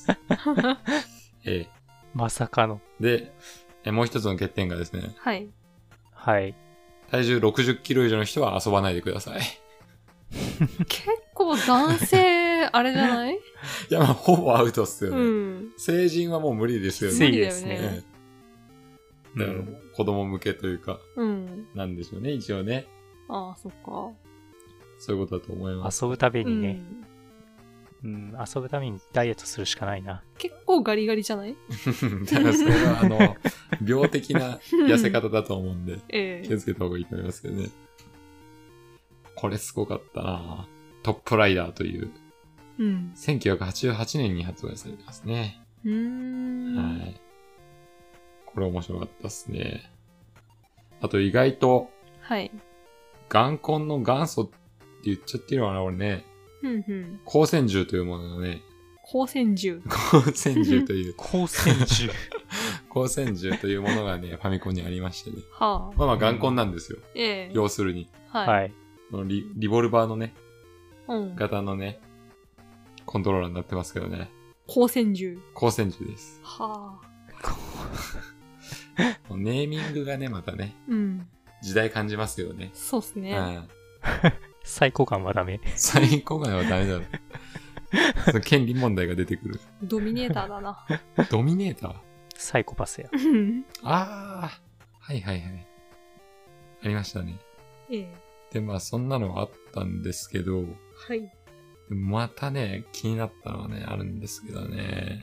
まさかの。 で、もう一つの欠点がですね。 はい。 はい。 体重60キロ以上の人は遊ばないでください。 結構男性、あれじゃない？いや、まあ、ほぼアウトっすよね。成人はもう無理ですよね。 無理ですね。 だから子供向けというか、なんでしょうね、一応ね。 ああ、そっか。 そういうことだと思います。 遊ぶたびにね。遊ぶためにダイエットするしかないな。 結構ガリガリじゃない？ だからそれは病的な痩せ方だと思うんで、気をつけた方がいいと思いますけどね。これすごかったな。トップライダーという、1988年に発売されてますね。はい。これ面白かったっすね。あと意外と、 はい。 眼根の元祖って言っちゃってるのかな、俺ね。光線銃というもののね。 光線銃という。 光線銃光線銃というものがね、ファミコンにありましてね。 はあ。 まあ眼根なんですよ。要するに。 はい。 リボルバーのね、型のね、コントローラーになってますけどね。 光線銃です。 はあ。ネーミングがね、またね。時代感じますよね。 そうっすね。 最高感はダメ。 最高感はダメだろ。その権利問題が出てくる。 ドミネーターだな。 ドミネーター？ サイコパスや。 ああ、はいはいはい。ありましたね。で、まあそんなのはあったんですけど、 はい。 またね、気になったのはね、あるんですけどね。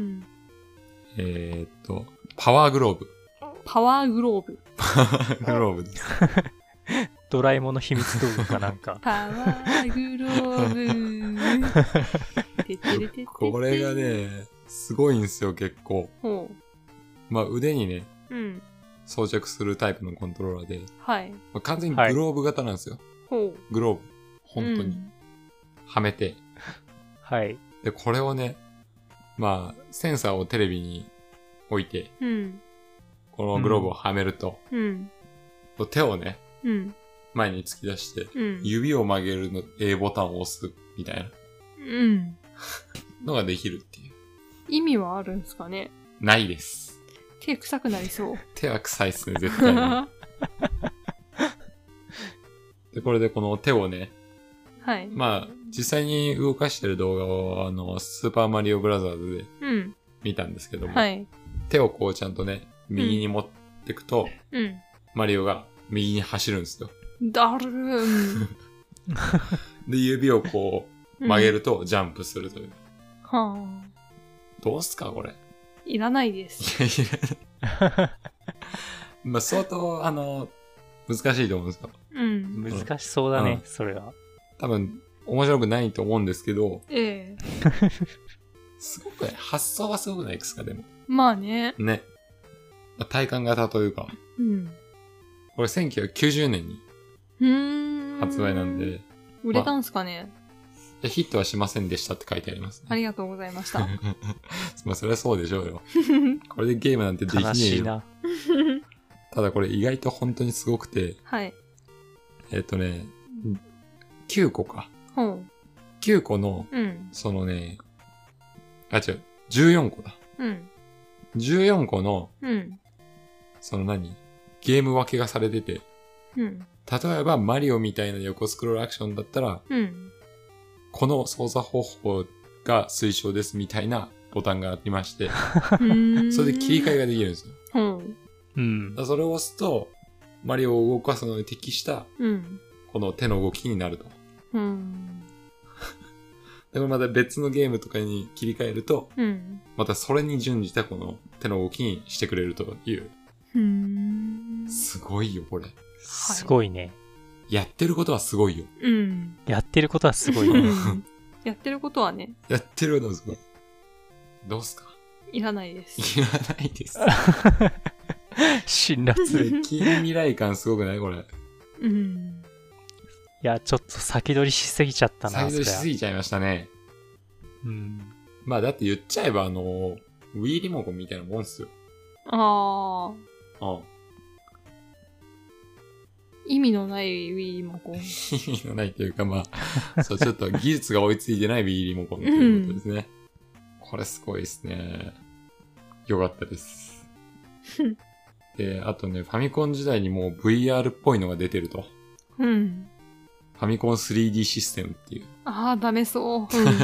パワーグローブ。 パワーグローブ。 パワーグローブです。 ドラえもんの秘密道具かなんか。 パワーグローブ。 これがね、すごいんですよ、結構。まあ腕にね、 装着するタイプのコントローラーで、 はい。 まあ、完全にグローブ型なんですよ。 ほう。 グローブ。本当に。はめて。 はい。 で、これをね、まあ、センサーをテレビに置いて、このグローブをはめると、手をね、前に突き出して、指を曲げるの A ボタンを押すみたいな、のができるっていう。 意味はあるんですかね？ ないです。 手臭くなりそう。 手は臭いっすね、絶対に。で、これでこの手をね、 はい。 まあ、実際に動かしてる動画を、スーパーマリオブラザーズで見たんですけども、 はい。 手をこうちゃんとね、右に持ってくと、マリオが右に走るんですよ。 だるーん。 で、指をこう曲げるとジャンプするという。 はあ。 どうすかこれ。 いらないです。 いらない。まあ、相当、難しいと思うんですよ。 難しそうだね、それは。 多分、面白くないと思うんですけど、すごくね、発想はすごくないですか、でも。 まあね。 ね。体感型というか。これ1990年に発売なんで。 売れたんすかね？ ヒットはしませんでしたって書いてありますね。 ありがとうございました。 まあそれはそうでしょうよ。これでゲームなんてできねえよ。悲しいな。ただこれ意外と本当にすごくて。 はい。 9個か。9個の、そのね、14個だ。14個の、そのゲーム分けがされてて、例えばマリオみたいな横スクロールアクションだったら、この操作方法が推奨ですみたいなボタンがありまして、それで切り替えができるんですよ。それを押すと、マリオを動かすのに適した、この手の動きになると。でもまた別のゲームとかに切り替えると、またそれに準じたこの手の動きにしてくれるという。すごいよ、これ。 すごいね。 やってることはすごいよ。 やってることはすごいね。 やってることはね。 やってることはすごい。どうすか？ いらないです。 いらないです。 辛辣。 近未来感すごくないこれ。 いや、ちょっと先取りしすぎちゃったな。 先取りしすぎちゃいましたね。まあだって言っちゃえばWii リモコンみたいなもんっすよ。 意味のない Wii リモコン。意味のないというかまあ、そう、ちょっと技術が追いついてない Wii リモコンということですね。これすごいですね。よかったです。で、あとね、ファミコン時代にもう VR っぽいのが出てると。ファミコン 3D システムっていう。 ダメそう。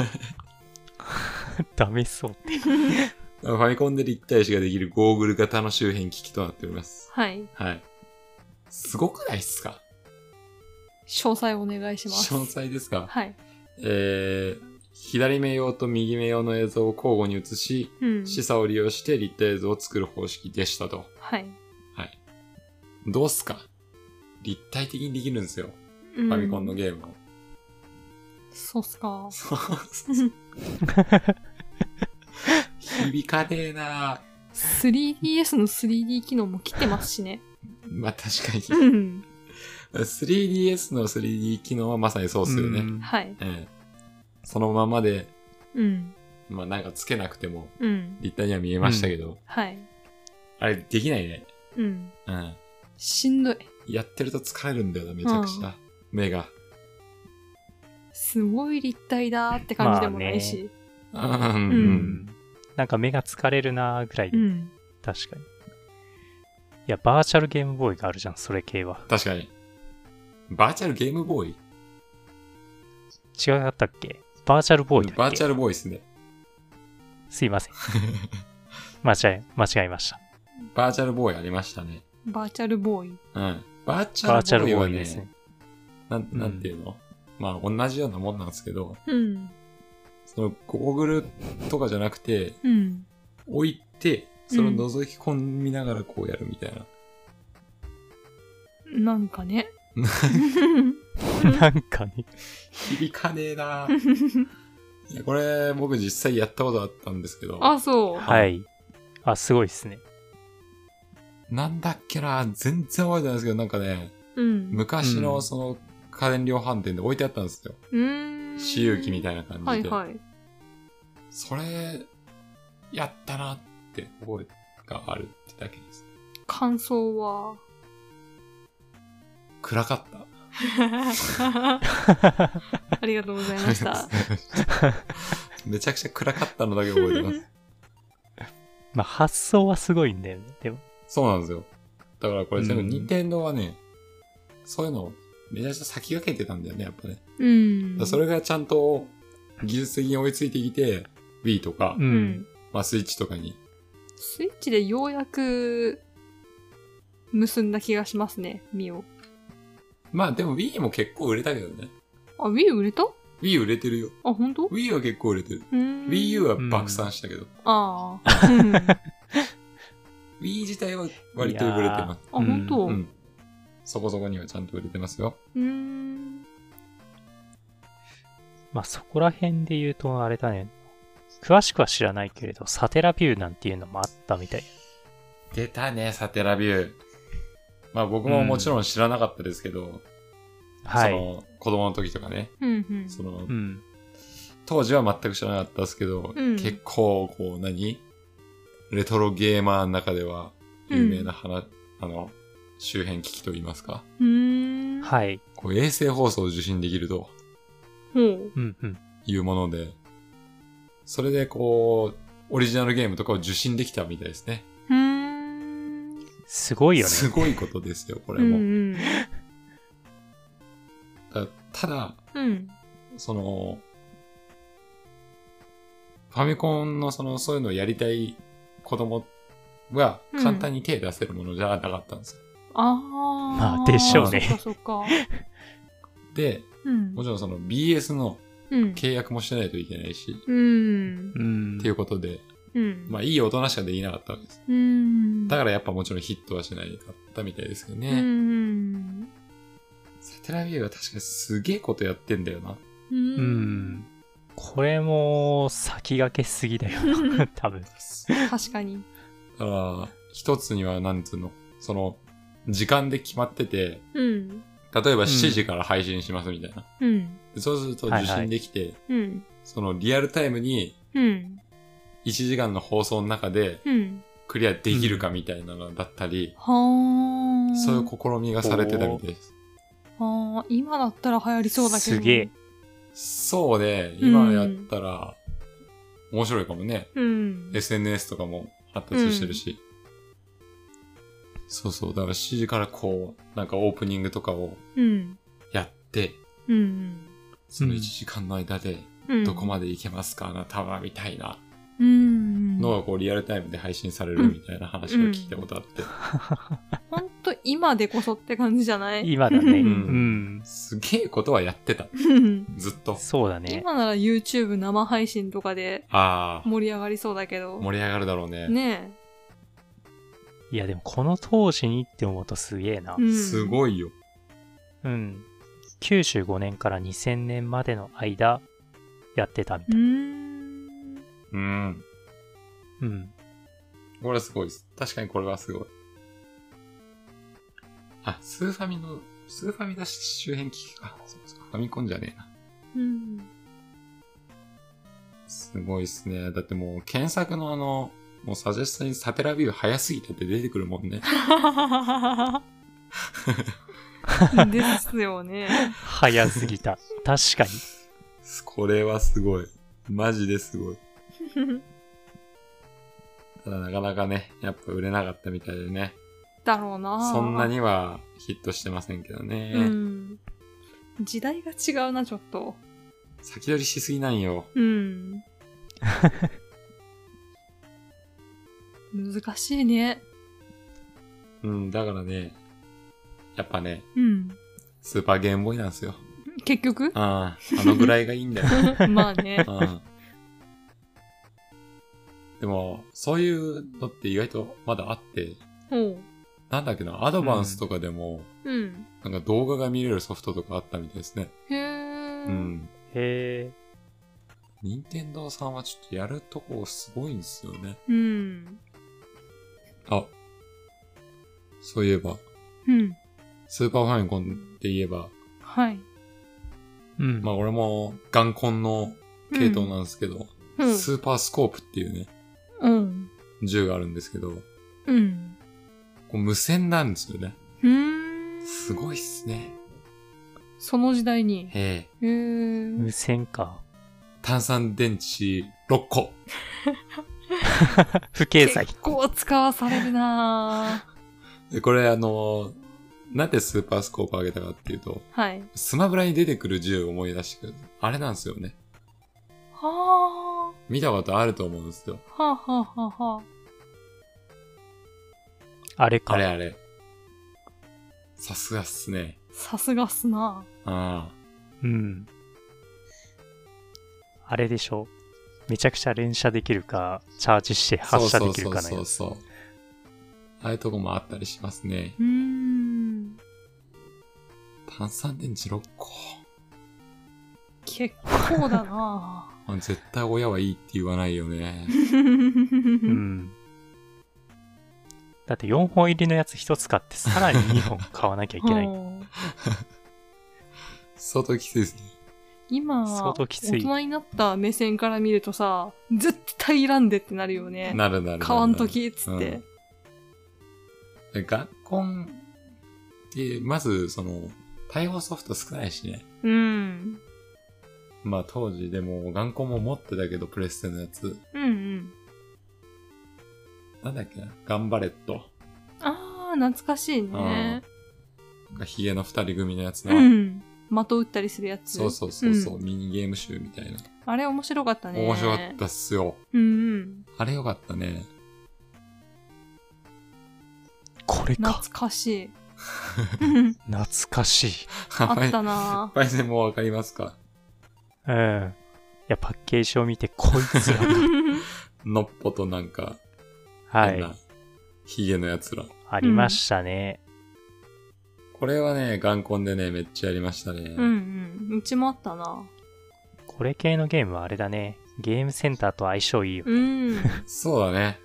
ダメそうって。 ファミコンで立体視ができるゴーグル型の周辺機器となっております。 はい。 はい。すごくないっすか？ 詳細お願いします。 詳細ですか？ はい。 左目用と右目用の映像を交互に映し、視差を利用して立体映像を作る方式でしたと。 はい。 はい。どうっすか？立体的にできるんですよ。ファミコンのゲームを。 そうっすか。 響かねえな。 3DS の 3D 機能も切ってますしね。 まあ確かに。3DS の 3D 機能はまさにそうっすよね。 はい。 そのままで、まあなんかつけなくても、立体には見えましたけど、 はい。 あれできないね。 しんどい。 やってると疲れるんだよな、めちゃくちゃ。目が。 すごい立体だーって感じでもないし。 なんか目が疲れるなーぐらいで。確かに。いや、バーチャルゲームボーイがあるじゃん、それ系は。 確かに。バーチャルゲームボーイ？ 違かったっけ？バーチャルボーイだっけ？ バーチャルボーイですね。 すいません。間違えました。 バーチャルボーイありましたね。 バーチャルボーイ。 バーチャルボーイはね、なんていうの？まあ同じようなもんなんですけど、そのゴーグルとかじゃなくて、置いて、それを覗き込みながらこうやるみたいな。 なんかね。 なんかね。 響かねえな。いや、これ僕実際やったことあったんですけど。 そう。 はい。すごいっすね。 なんだっけな、全然覚えてないですけど、なんかね、昔のその家電量販店で置いてあったんですよ。私有機みたいな感じで。はいはい。それ、やったなって覚えがあるってだけです。 感想は暗かった。 ありがとうございました。 めちゃくちゃ暗かったのだけ覚えてます。 まあ発想はすごいんだよね、でも。 そうなんですよ。だからこれ全部任天堂はね、そういうのをめちゃくちゃ先駆けてたんだよね、やっぱね。それがちゃんと技術的に追いついてきて、Wii とか、まあスイッチとかに。 スイッチでようやく結んだ気がしますね、ミオ。 まあでも Wii も結構売れたけどね。 あ、Wii 売れた？ Wii 売れてるよ。 あ、本当？ Wii は結構売れてる。Wii U は爆散したけど。 ああ。 Wii 自体は割と売れてます。 あ、本当？ そこそこにはちゃんと売れてますよ。 まあそこら辺で言うとあれだね。詳しくは知らないけれど、サテラビューなんていうのもあったみたい。 出たね、サテラビュー。まあ僕ももちろん知らなかったですけど、その子供の時とかね、その、当時は全く知らなかったですけど、結構こうレトロゲーマーの中では有名な周辺機器と言いますか。 はい。 こう衛星放送を受信できると、いうもので、それでこう、オリジナルゲームとかを受信できたみたいですね。 すごいよね。 すごいことですよ、これも。ただ、その、ファミコンのそういうのをやりたい子供は簡単に手出せるものじゃなかったんですよ。 まあ、でしょうね。 そっか。 で、もちろんその BS の契約もしないといけないし、っていうことで、まあいい大人しかできなかったわけです。だからやっぱもちろんヒットはしないかったみたいですけどね。サテラビューは確かにすげえことやってんだよな。 これも先駆けすぎだよな、多分。 確かに。 だから一つにはなんつうの、その時間で決まってて、例えば7時から配信しますみたいな。そうすると受信できて、そのリアルタイムに1時間の放送の中でクリアできるかみたいなのだったり、そういう試みがされてたみたいです。 今だったら流行りそうだけど。 すげえ。 そうね、今やったら面白いかもね。SNS とかも発達してるし。そうそう。だから7時からこう、なんかオープニングとかをやって、その1時間の間でどこまでいけますか、あなたはみたいなのがこうリアルタイムで配信されるみたいな話を聞いたことあって。 ほんと今でこそって感じじゃない？ 今だね。 すげえことはやってた。ずっと。 そうだね。 今なら YouTube 生配信とかで盛り上がりそうだけど。 盛り上がるだろうね。 ねえ。 いやでもこの当時にって思うとすげえな。 すごいよ。 95年から2000年までの間やってたみたい。 これはすごいです。確かにこれはすごい。あ、スーファミだし周辺機器か。そうそう、ファミコンじゃねえな。すごいっすね。だってもう検索のもうサジェストにサテラビュー早すぎてって出てくるもんね。 ですよね。 早すぎた。確かに。 これはすごい。マジですごい。ただなかなかね、やっぱ売れなかったみたいでね。 だろうな。 そんなにはヒットしてませんけどね。 時代が違うな、ちょっと。 先取りしすぎなんよ。 難しいね。 だからね、やっぱね、スーパーゲームボーイなんですよ。 結局？ あのぐらいがいいんだよ。 まあね。 でも、そういうのって意外とまだあって、なんだっけな、アドバンスとかでも、なんか動画が見れるソフトとかあったみたいですね。 へー。 任天堂さんはちょっとやるとこすごいんですよね。 そういえば。うん。スーパーファミコンって言えば。はい。うん。まあ俺もガンコンの系統なんですけど、スーパースコープっていうね、銃があるんですけど、こう無線なんですよね。すごいっすね。 その時代に。 無線か。 炭酸電池6個。 不経済。 結構使わされるなで、これなんでスーパースコープ上げたかっていうと、はい。スマブラに出てくる銃を思い出してくる。あれなんですよね。はぁ。見たことあると思うんですよ。はぁはぁはぁはぁ。 あれか。 あれ。さすがっすね。 さすがっすな。 ああ。うん。あれでしょ。めちゃくちゃ連射できるか、チャージして発射できるかのやつ。そう。 ああいうとこもあったりしますね。炭酸電池6個。 結構だな絶対親はいいって言わないよね。うん。 だって4本入りのやつ1つ買ってさらに2本買わなきゃいけない。 相当きついですね。 今、大人になった目線から見るとさ、絶対いらんでってなるよね。 なる。 買わんときっつって。 学校って、まず対応ソフト少ないしね。まあ当時でもガンコンも持ってたけど、プレステのやつ。なんだっけな、ガンバレット。 あー、懐かしいね。 ヒゲの二人組のやつな。 的打ったりするやつ。 そう、ミニゲーム集みたいな。 あれ面白かったね。 面白かったっすよ。あれよかったね。 これか。 懐かしい。 懐かしい。 あったなぁ。 パイセンもわかりますか？ いや、パッケージを見て、こいつら。 のっぽとなんか、 はい。 ヒゲのやつら。 ありましたね。 これはね、ガンコンでね、めっちゃやりましたね。 うちもあったな。 これ系のゲームはあれだね。ゲームセンターと相性いいよ。 そうだね。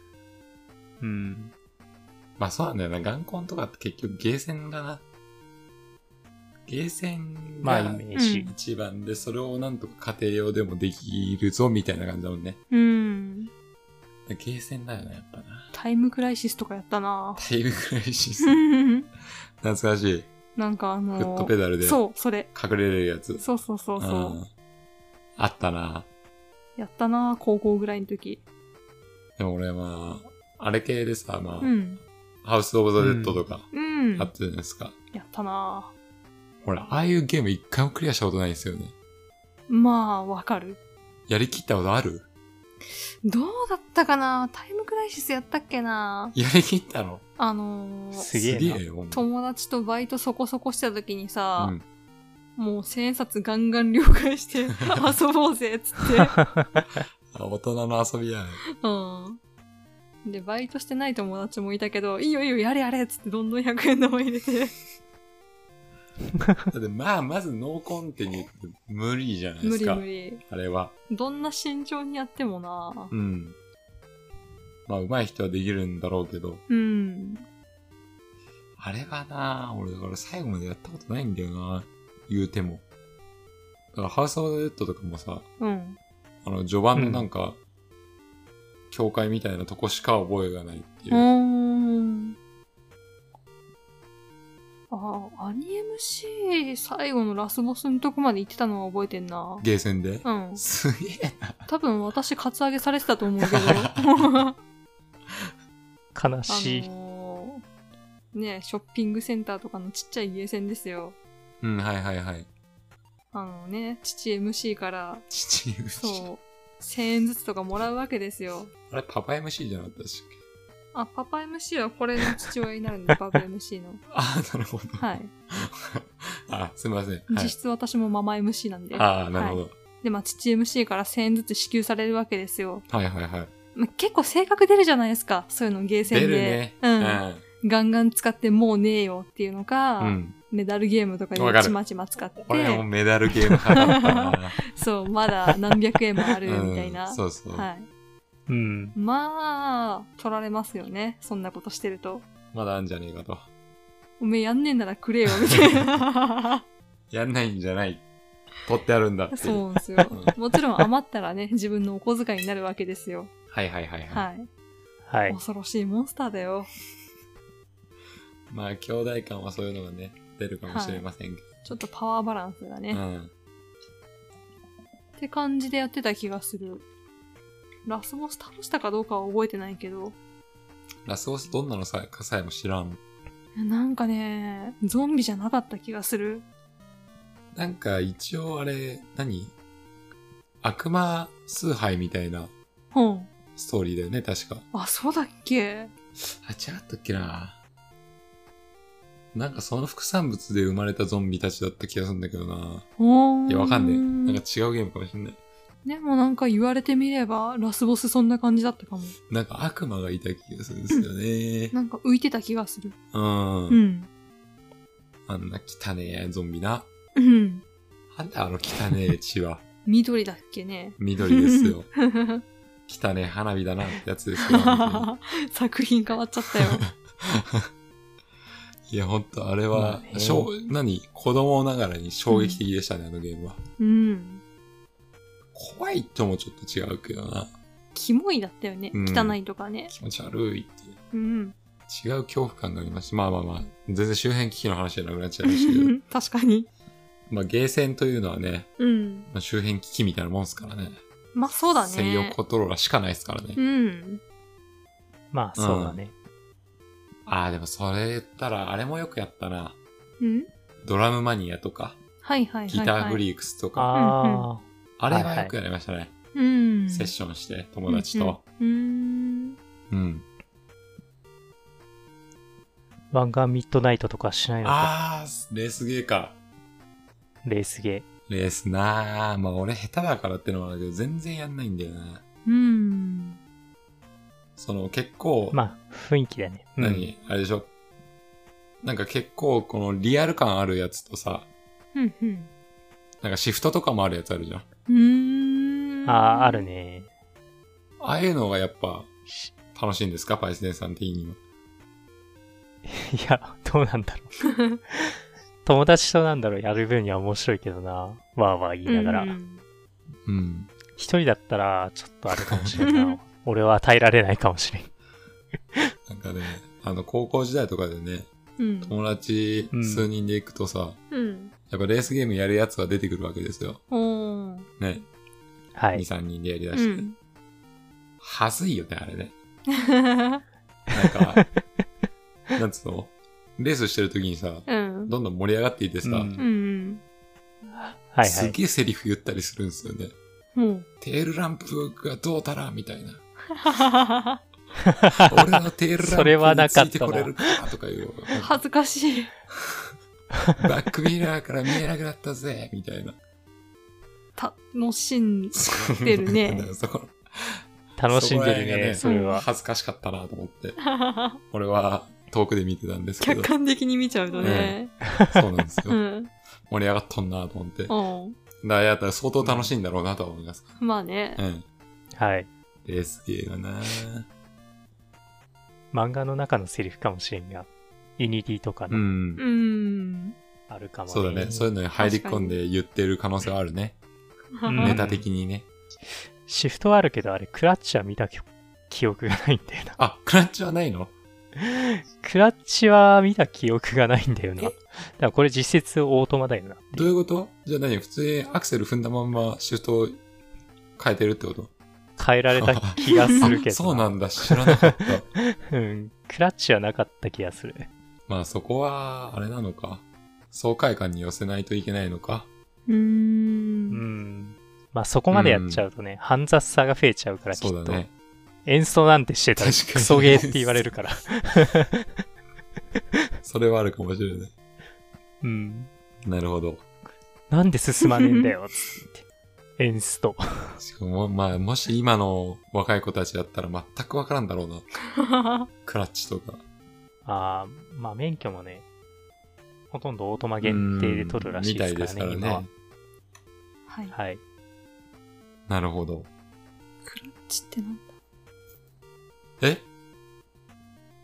まあそうなんだよな。ガンコンとかって結局ゲーセンだな。ゲーセンが一番で、それをなんとか家庭用でもできるぞみたいな感じだもんね。ゲーセンだよね、やっぱな。 タイムクライシスとかやったな。 タイムクライシス。懐かしい。 なんかフットペダルで。 そう、それ。 隠れれるやつ。 そう。 あったな。 やったな、高校ぐらいの時。 でも俺あれ系でさ、ハウスオブザ・デッドとか、あったじゃないですか。 やったな。 俺、ああいうゲーム一回もクリアしたことないんですよね。 まあ、わかる。 やりきったことある？ どうだったかな？タイムクライシスやったっけな？ やりきったの？ すげえよ。 友達とバイトそこそこした時にさ、もう千円札ガンガン了解して遊ぼうぜっつって。 大人の遊びやね。 で、バイトしてない友達もいたけど、いいよやれっつってどんどん100円玉入れて。 だってまずノーコンテに無理じゃないですか。 無理。 あれは。 どんな慎重にやってもな。 まあ上手い人はできるんだろうけど。あれはな、俺だから最後までやったことないんだよな。言うても。だからハウスオブザ・デッドとかもさ、序盤のなんか、教会みたいなとこしか覚えがないっていう。 アニ MC 最後のラスボスのとこまで行ってたのは覚えてんな。 ゲーセンで？すげえな。 多分私カツアゲされてたと思うけど。 悲しい。 ね、ショッピングセンターとかのちっちゃいゲーセンですよ。 はい。 父 MC から、 父 MC？ そう、1000円ずつとかもらうわけですよ。 あれ、パパ MC じゃなかったでしたっけ？ パパ MC はこれの父親になるんで、パパ MC の。 なるほど。 はい。 すみません。 実質私もママ MC なんで。 なるほど。 で、父 MC から1000円ずつ支給されるわけですよ。 はい。 結構性格出るじゃないですか。そういうのゲーセンで。 出るね。 ガンガン使ってもうねえよっていうのか、メダルゲームとかでちまちま使って。 これはもうメダルゲーム派だったな。 そう、まだ何百円もあるみたいな。 そう。 はい。まあ、取られますよね。そんなことしてると。 まだあんじゃねえかと。 おめえやんねえならくれよ、みたいな。 やんないんじゃない。取ってあるんだって。 そうなんですよ。もちろん余ったらね、自分のお小遣いになるわけですよ。 はいはいはいはい。 はい。恐ろしいモンスターだよ。 まあ、兄弟感はそういうのがね、出るかもしれませんけど。 ちょっとパワーバランスがね。って感じでやってた気がする。ラスボス倒したかどうかは覚えてないけど。 ラスボスどんなのかさえも知らん。 なんかね、ゾンビじゃなかった気がする。 なんか一応あれ、悪魔崇拝みたいなストーリーだよね、確か。 あ、そうだっけ？ 違ったっけな。なんかその副産物で生まれたゾンビたちだった気がするんだけどな。いや、わかんねえ。なんか違うゲームかもしんない。 でもなんか言われてみれば、ラスボスそんな感じだったかも。 なんか悪魔がいた気がするんですよね。 なんか浮いてた気がする。 うん。あんな汚ねえゾンビな。なんだあの汚ねえ血は。 緑だっけね。 緑ですよ。汚ねえ花火だなってやつですよ。 作品変わっちゃったよ。 いや、ほんと、あれは、子供ながらに衝撃的でしたね、あのゲームは。怖いともちょっと違うけどな。 キモいだったよね。汚いとかね。 気持ち悪いって。違う恐怖感がありました。まあ、全然周辺機器の話じゃなくなっちゃいましたけど。 確かに。 まあ、ゲーセンというのはね、周辺機器みたいなもんすからね。 まあ、そうだね。 専用コントローラーしかないですからね。 まあ、そうだね。 でもそれ言ったら、あれもよくやったな。ドラムマニアとか、 ギターフリークスとか。あれはよくやりましたね。セッションして、友達と。 湾岸ミッドナイトとかしないのか。 レースゲーか。 レースゲー。レースなぁ。まあ俺下手だからってのもあるけど、全然やんないんだよな。結構。 まあ、雰囲気だね。 あれでしょ？なんか結構このリアル感あるやつとさ、なんかシフトとかもあるやつあるじゃん。 あるね。 ああいうのがやっぱ楽しいんですか？パイセンさん的には。 いや、どうなんだろう。友達となんだろう、やる分には面白いけどな。わーわー言いながら。一人だったらちょっとあれかもしれんな。俺は耐えられないかもしれん。 なんかね、高校時代とかでね、友達数人で行くとさ、やっぱレースゲームやるやつは出てくるわけですよ。ね。 はい。 2、3人でやりだして。はずいよね、あれね。なんか、なんつうの？レースしてる時にさ、どんどん盛り上がっていってさ、すげえセリフ言ったりするんですよね。テールランプがどうたらみたいな。俺のテールランプについてこれるかとかいう。 恥ずかしい。 バックミラーから見えなくなったぜみたいな。 楽しんでるね。 楽しんでるね、それは。 恥ずかしかったなと思って。俺は遠くで見てたんですけど。 客観的に見ちゃうとね。 そうなんですよ。盛り上がっとんなと思って。やったら相当楽しいんだろうなとは思います。 まあね。 はい。 レースゲーがな漫画の中のセリフかもしれんが、ユニティとかの。あるかもね。 そうだね。そういうのに入り込んで言ってる可能性はあるね。ネタ的にね。 シフトはあるけど、あれ、クラッチは見た記憶がないんだよな。 クラッチはないの？ クラッチは見た記憶がないんだよな。だからこれ実質オートマだよな。 どういうこと？じゃあ普通にアクセル踏んだまんまシフト変えてるってこと？ 変えられた気がするけど。 そうなんだ、知らなかった。 クラッチはなかった気がする。 まあそこは、あれなのか。爽快感に寄せないといけないのか。 まあそこまでやっちゃうとね、煩雑さが増えちゃうからきっと。 そうだね。 演奏なんてしてたらクソゲーって言われるから。 それはあるかもしれない。なるほど。 なんで進まねえんだよ、つって。エンスト。 しかも、まあ、もし今の若い子たちだったら全くわからんだろうな。クラッチとか。 まあ免許もね、ほとんどオートマ限定で取るらしいですからね。みたいですからね。はい。 なるほど。 クラッチってなんだ？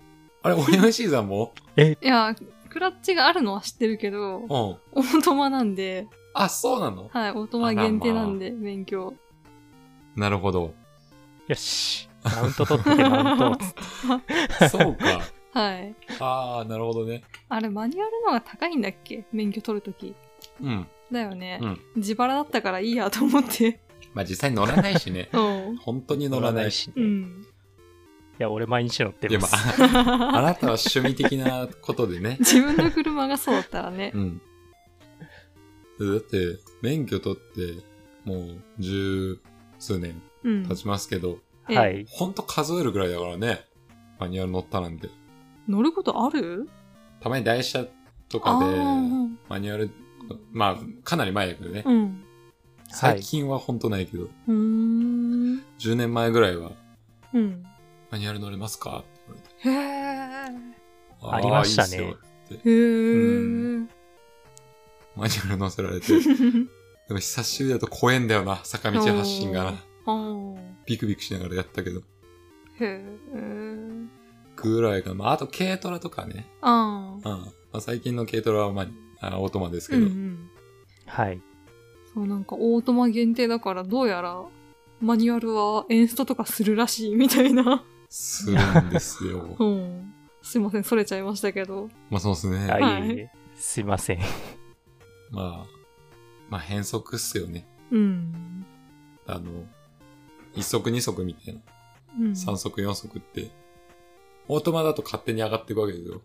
あれ、オリオンシーザーもいや、クラッチがあるのは知ってるけど、オートマなんで。 あ、そうなの？ はい、オートマ限定なんで、勉強。 なるほど。 よし。マウント取ってマウントをつって。そうか。 はい。 ああ、なるほどね。 あれ、マニュアルのが高いんだっけ？免許取るとき。 うん。 だよね。うん。自腹だったからいいやと思って。 まあ実際乗らないしね。本当に乗らないし、ね。 うん。いや、俺毎日乗ってます。 いや、まあ、あなたは趣味的なことでね。 自分の車がそうだったらね。 うん。だって、免許取って、もう、十数年経ちますけど、 はい。 ほんと数えるぐらいだからね。マニュアル乗ったなんて。 乗ることある？ たまに台車とかで、マニュアル、まあ、かなり前だけどね。うん、最近はほんとないけど。10年前ぐらいは、うん、マニュアル乗れますかって言われて。へー。ありましたね。 へー。 マニュアル乗せられて。でも久しぶりだと怖えんだよな、坂道発進がな。ビクビクしながらやったけど。 へー。 ぐらいかな。まあ、あと軽トラとかね。まあ、最近の軽トラは、まあ、オートマですけど。 はい。 そう、なんかオートマ限定だから、どうやら、マニュアルはエンストとかするらしいみたいな。 するんですよ。 すいません、それちゃいましたけど。 まあ、そうですね。 はい。すいません。 まあ、変則っすよね。1足2足みたいな。3足4足って、オートマだと勝手に上がっていくわけですよ。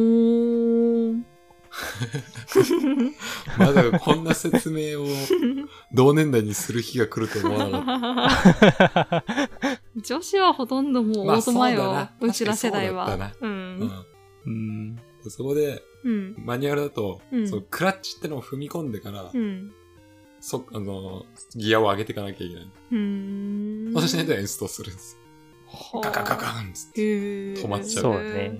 まだこんな説明を同年代にする日が来ると思わなかった。 女子はほとんどもうオートマよ、うちら世代は。 そこで、マニュアルだと、そのクラッチってのを踏み込んでから、ギアを上げていかなきゃいけない。私ね、エンストするんですよ。ガガガガンつって止まっちゃう。 そうね。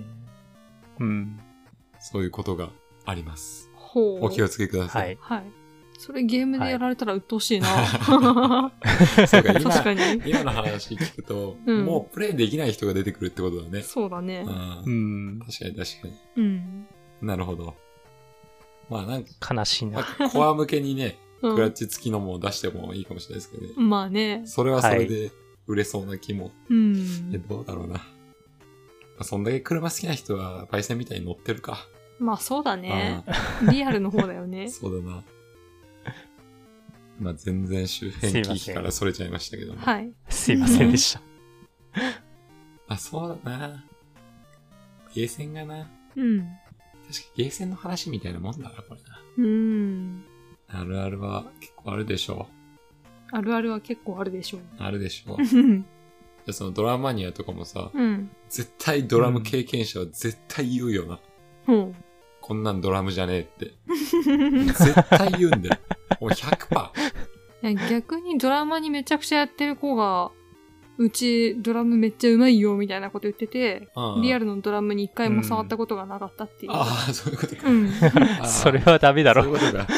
そういうことがあります。お気をつけください。 はい。それゲームでやられたら鬱陶しいな。 そうか、今の話聞くと、もうプレイできない人が出てくるってことだね。 そうだね。 確かに。なるほど。まあなんか、 悲しいな。 コア向けにね、クラッチ付きのも出してもいいかもしれないですけどね。 まあね。 それはそれで売れそうな気も。どうだろうな。そんだけ車好きな人はパイセンみたいに乗ってるか。 まあそうだね。リアルの方だよね。 そうだな。まあ全然周辺機器からそれちゃいましたけども。 はい。 すいませんでした。 あ、そうだな。ゲーセンがな。確かゲーセンの話みたいなもんだな、これな。あるあるは結構あるでしょう。あるあるは結構あるでしょう。 あるでしょう。そのドラムマニアとかもさ、絶対ドラム経験者は絶対言うよな。こんなんドラムじゃねえって。絶対言うんだよ。もう 100%。 逆にドラマにめちゃくちゃやってる子が、うちドラムめっちゃうまいよみたいなこと言ってて、リアルのドラムに一回も触ったことがなかったっていう。 ああ、そういうことか。 それはダメだろ。 そういうことか。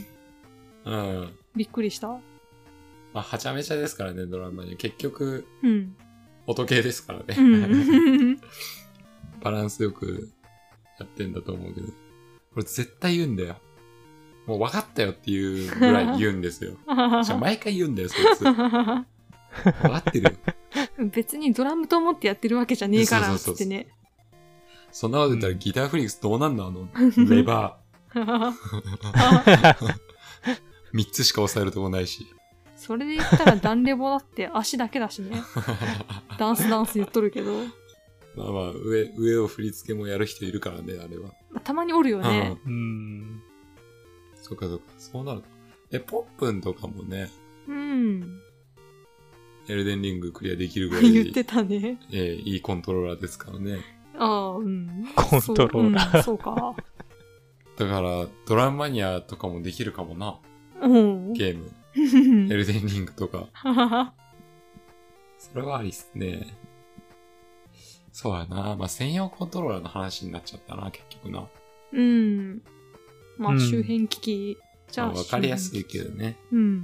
びっくりした。 まあ、はちゃめちゃですからね、ドラマに。結局、音系ですからね。バランスよくやってんだと思うけど。これ絶対言うんだよ。もう分かったよっていうぐらい言うんですよ。じゃ毎回言うんだよ、そいつ。分かってるよ。 別にドラムと思ってやってるわけじゃねえからってね。 そんなこと言ったらギターフリックスどうなんのレバー。3つしか押さえるとこないし。 それで言ったらダンレボだって足だけだしね。ダンス言っとるけど。 まあまあ、上を振り付けもやる人いるからね、あれは。 たまにおるよね。 そうか。そうなると。ポップンとかもね。エルデンリングクリアできるぐらい。 言ってたね。 いいコントローラーですからね。 コントローラー。 そうか。 だから、ドラムマニアとかもできるかもな。ゲーム。エルデンリングとか。それはありっすね。そうやな。まあ、専用コントローラーの話になっちゃったな、結局な。 まあ、周辺機器じゃあ、 わかりやすいけどね。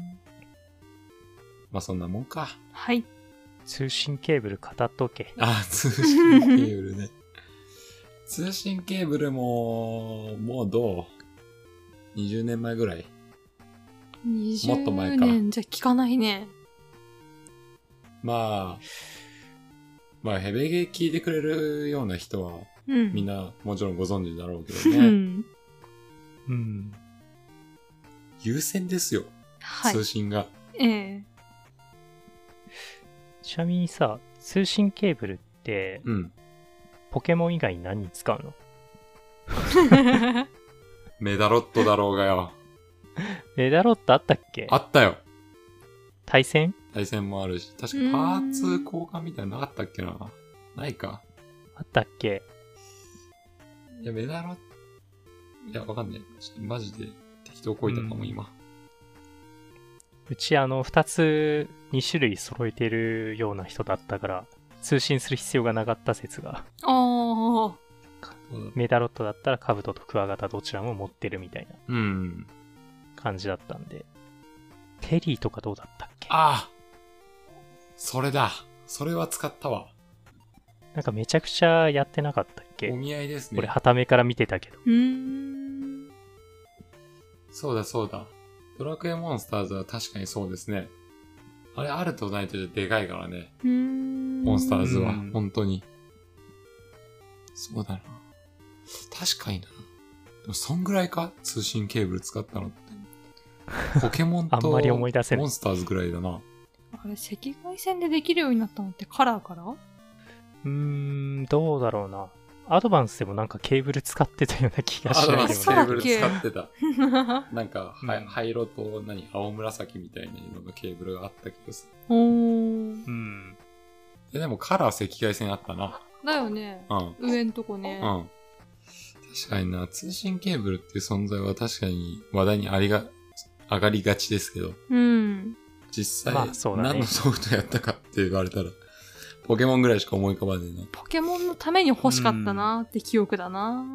まあ、そんなもんか。 はい。 通信ケーブル語っとけ。 通信ケーブルね。 通信ケーブルも、もうどう ?20 年前ぐらいもっと前か。 20年じゃ聞かないね。 まあ、ヘベゲー聞いてくれるような人は、みんなもちろんご存知だろうけどね。うん。優先ですよ。はい、通信が。 ちなみにさ、通信ケーブルって、ポケモン以外に何に使うの？ メダロットだろうがよ。 メダロットあったっけ？ あったよ。 対戦もあるし、確かパーツ交換みたいなのなかったっけな？ないか。 あったっけ？ いや、メダロット、いや、わかんない。ちょっとマジで適当こいたかも、今。 うち2つ、2種類揃えてるような人だったから、通信する必要がなかった説が。メダロットだったらカブトとクワガタどちらも持ってるみたいな感じだったんで。テリーとかどうだったっけ？ ああ、それだ。それは使ったわ。 なんかめちゃくちゃやってなかったっけ？ お見合いですね。 俺、はためから見てたけど。 そうだ。ドラクエモンスターズは確かにそうですね。あれ、あるとないとじゃでかいからね。モンスターズは、本当に。そうだな。確かにな。でも、そんぐらいか？通信ケーブル使ったのって。ポケモンとあんまり思い出せない。 モンスターズぐらいだな。 あれ、赤外線でできるようになったのってカラーから？ どうだろうな。アドバンスでもなんかケーブル使ってたような気がしないでもない。 ケーブル使ってた。なんか、灰色と青紫みたいな色のケーブルがあった気がする。でもカラー赤外線あったな。 だよね。上んとこね。 確かにな、通信ケーブルっていう存在は確かに話題に上がりがちですけど。実際、何のソフトやったかって言われたら、ポケモンぐらいしか思い浮かばねえな。 ポケモンのために欲しかったなって記憶だな。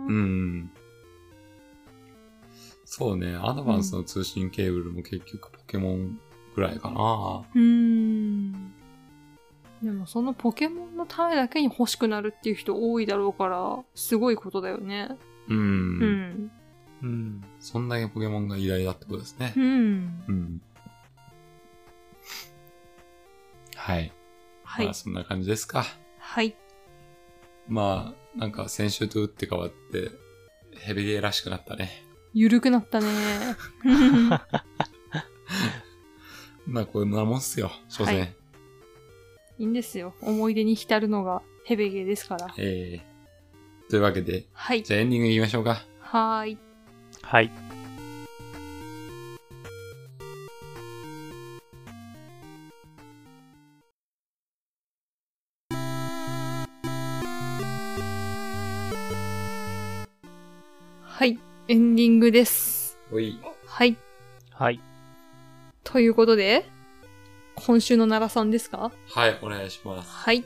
そうね、アドバンスの通信ケーブルも結局ポケモンぐらいかな。 でもそのポケモンのためだけに欲しくなるっていう人多いだろうから、すごいことだよね。 そんだけポケモンが偉大だってことですね。はい。まあそんな感じですか。 はい。 まあ、なんか先週と打って変わって、ヘビゲーらしくなったね。 ゆるくなったね。 まあこんなもんっすよ、所詮。 いいんですよ。思い出に浸るのがヘベゲーですから。 というわけで、じゃあエンディングいきましょうか。 はい。はい、エンディングです。はい。ということで、今週の奈良さんですか？ はい、お願いします。 はい。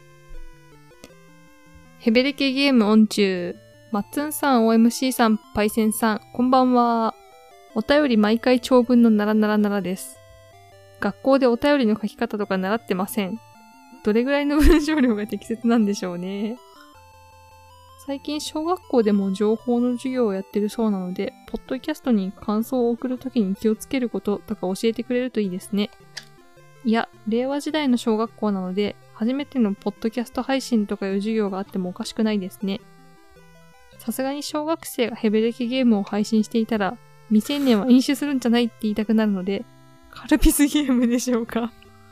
ヘベレケゲームオン中。マッツンさん、OMC さん、パイセンさん、こんばんは。お便り毎回長文の奈良です。学校でお便りの書き方とか習ってません。どれぐらいの文章量が適切なんでしょうね。最近小学校でも情報の授業をやってるそうなので、ポッドキャストに感想を送るときに気をつけることとか教えてくれるといいですね。いや、令和時代の小学校なので、初めてのポッドキャスト配信とかいう授業があってもおかしくないですね。さすがに小学生がヘベレケゲームを配信していたら、未成年は飲酒するんじゃないって言いたくなるので、カルピスゲームでしょうか。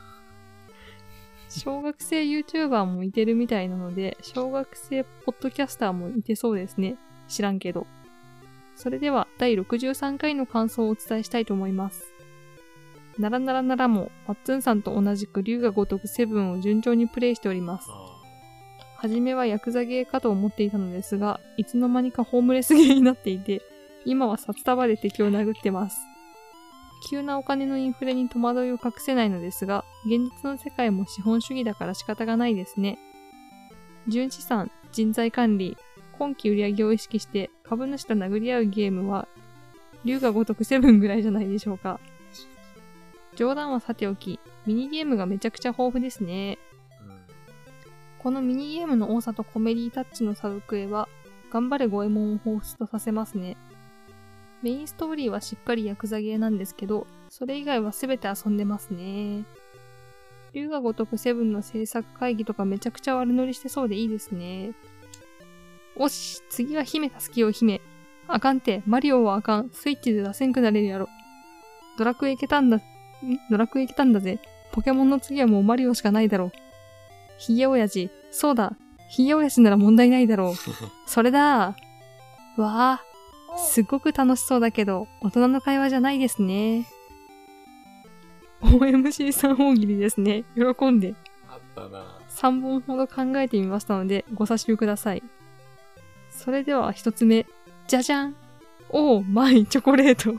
小学生 YouTuber もいてるみたいなので、小学生ポッドキャスターもいてそうですね。知らんけど。それでは第63回の感想をお伝えしたいと思います。奈良もマッツンさんと同じく龍が如くセブンを順調にプレイしております。はじめはヤクザゲーかと思っていたのですが、いつの間にかホームレスゲーになっていて、今は札束で敵を殴ってます。急なお金のインフレに戸惑いを隠せないのですが、現実の世界も資本主義だから仕方がないですね。純資産、人材管理、今期売り上げを意識して株主と殴り合うゲームは、龍が如くセブンぐらいじゃないでしょうか。冗談はさておき、ミニゲームがめちゃくちゃ豊富ですね。このミニゲームの多さとコメディタッチのサブクエは、 頑張れゴエモンを彷彿とさせますね。メインストーリーはしっかりヤクザゲーなんですけど、それ以外は全て遊んでますね。龍が如くセブンの制作会議とかめちゃくちゃ悪乗りしてそうでいいですね。おし、次は姫助けよう姫。あかんて、マリオはあかん。スイッチで出せんくなれるやろ。ドラクエ行けたんだぜ。ポケモンの次はもうマリオしかないだろう。ヒゲ親父、そうだ。ヒゲ親父なら問題ないだろう。それだ。わあ、すっごく楽しそうだけど、大人の会話じゃないですね。OMC さん大喜利ですね。喜んで。 あったな。 3本ほど考えてみましたので、ご察しください。それでは1つ目。じゃじゃん。おー、マイチョコレート。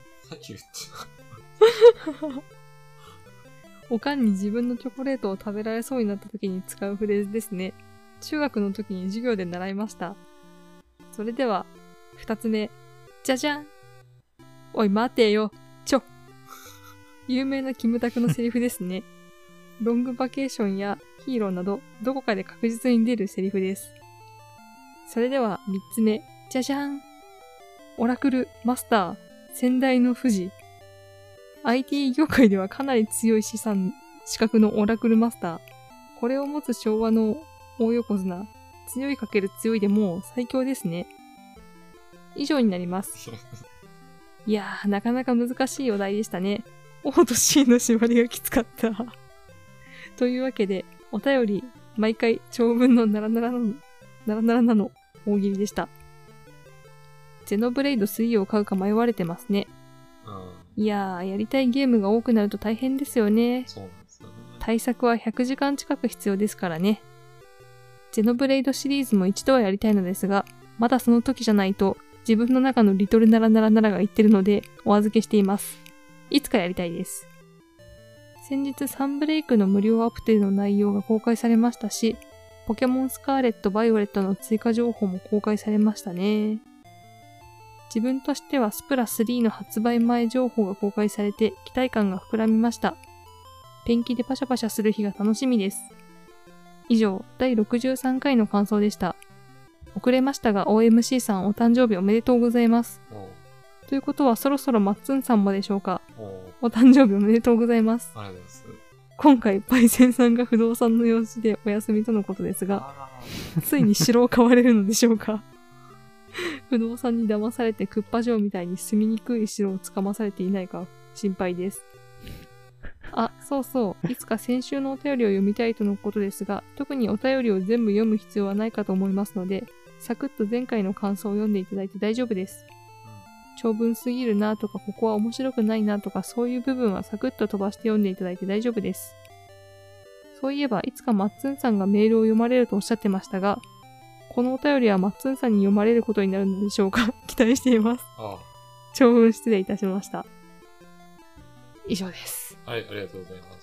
おかんに自分のチョコレートを食べられそうになった時に使うフレーズですね。中学の時に授業で習いました。それでは、2つ目。じゃじゃん。おい、待てよ。有名なキムタクのセリフですね。ロングバケーションやヒーローなど、どこかで確実に出るセリフです。それでは3つ目。じゃじゃん。オラクル、マスター、先代の富士。IT 業界ではかなり強い資格のオラクルマスター。これを持つ昭和の大横綱。強いかける強いでもう最強ですね。以上になります。いやー、なかなか難しいお題でしたね。O と C の縛りがきつかった。というわけで、お便り、毎回長文のならならなの大喜利でした。ゼノブレイド3を買うか迷われてますね。いやー、やりたいゲームが多くなると大変ですよね。 そうなんですよね。 対策は100時間近く必要ですからね。ゼノブレイドシリーズも一度はやりたいのですが、まだその時じゃないと自分の中のリトルナラナラナラが言ってるのでお預けしています。いつかやりたいです。先日サンブレイクの無料アップデートの内容が公開されましたし、ポケモンスカーレット・バイオレットの追加情報も公開されましたね。自分としてはスプラ3の発売前情報が公開されて期待感が膨らみました。ペンキでパシャパシャする日が楽しみです。以上、第63回の感想でした。遅れましたが OMC さんお誕生日おめでとうございます。ということはそろそろマッツンさんまでしょうか。お誕生日おめでとうございます。 ありがとうございます。 今回パイセンさんが不動産の用事でお休みとのことですが、ついに城を買われるのでしょうか。不動産に騙されてクッパ城みたいに住みにくい城をつかまされていないか心配です。あ、そうそう。いつか先週のお便りを読みたいとのことですが、特にお便りを全部読む必要はないかと思いますので、サクッと前回の感想を読んでいただいて大丈夫です。長文すぎるなとか、ここは面白くないなとか、そういう部分はサクッと飛ばして読んでいただいて大丈夫です。そういえば、いつかマッツンさんがメールを読まれるとおっしゃってましたが、このお便りはマッツンさんに読まれることになるのでしょうか。期待しています。長文失礼いたしました。以上です。 はい、ありがとうございます。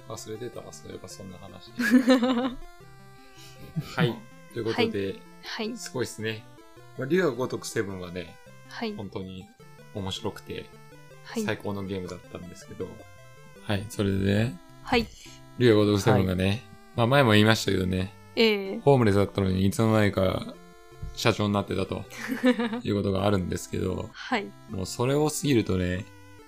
忘れてたわ、そういえばそんな話。はい、ということで、 はい、 すごいですね。龍が如くセブンはね、 はい、 本当に面白くて、 はい、 最高のゲームだったんですけど、はい、それでね、 はい、 龍が如くセブンがね、はい、まあ前も言いましたけどね、ホームレスだったのにいつの間にか社長になってたということがあるんですけど、 はい、 もうそれを過ぎるとね、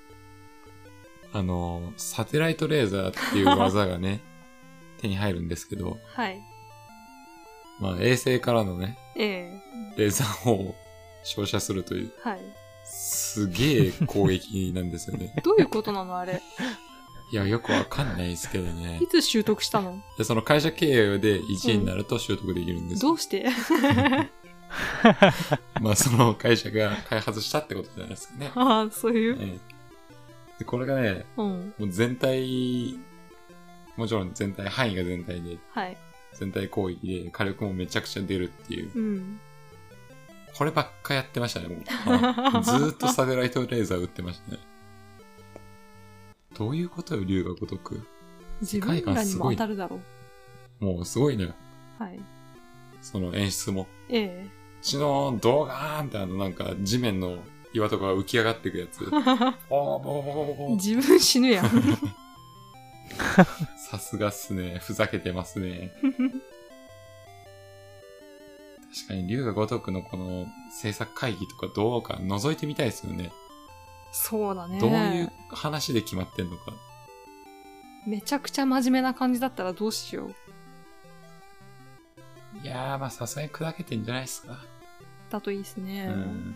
サテライトレーザーっていう技がね、手に入るんですけど、 はい。 まあ衛星からのね、レーザーを照射するという、 はい。 すげえ攻撃なんですよね。 どういうことなのあれ。 いや、よくわかんないですけどね。 いつ習得したの？ でその会社経営で1位になると習得できるんです、 どうしてまあその会社が開発したってことじゃないですかね。 ああ、そういう。 でこれがね、もう全体、もちろん全体、範囲が全体で、 はい、 全体攻撃で火力もめちゃくちゃ出るっていう。こればっかやってましたね、もう。ずーっとサテライトレーザー撃ってましたね。どういうことよ、龍が如く。 自分らにも当たるだろう。もうすごいね。 はい。 その演出も。血のドガーンってなんか地面の岩とかが浮き上がっていくやつ。 自分死ぬやん。 さすがっすね。ふざけてますね。 確かに龍が如くのこの制作会議とかどうか覗いてみたいですよね。 そうだね。 どういう話で決まってんのか。 めちゃくちゃ真面目な感じだったらどうしよう。 いやー、まあさすがに砕けてんじゃないですか。 だといいですね。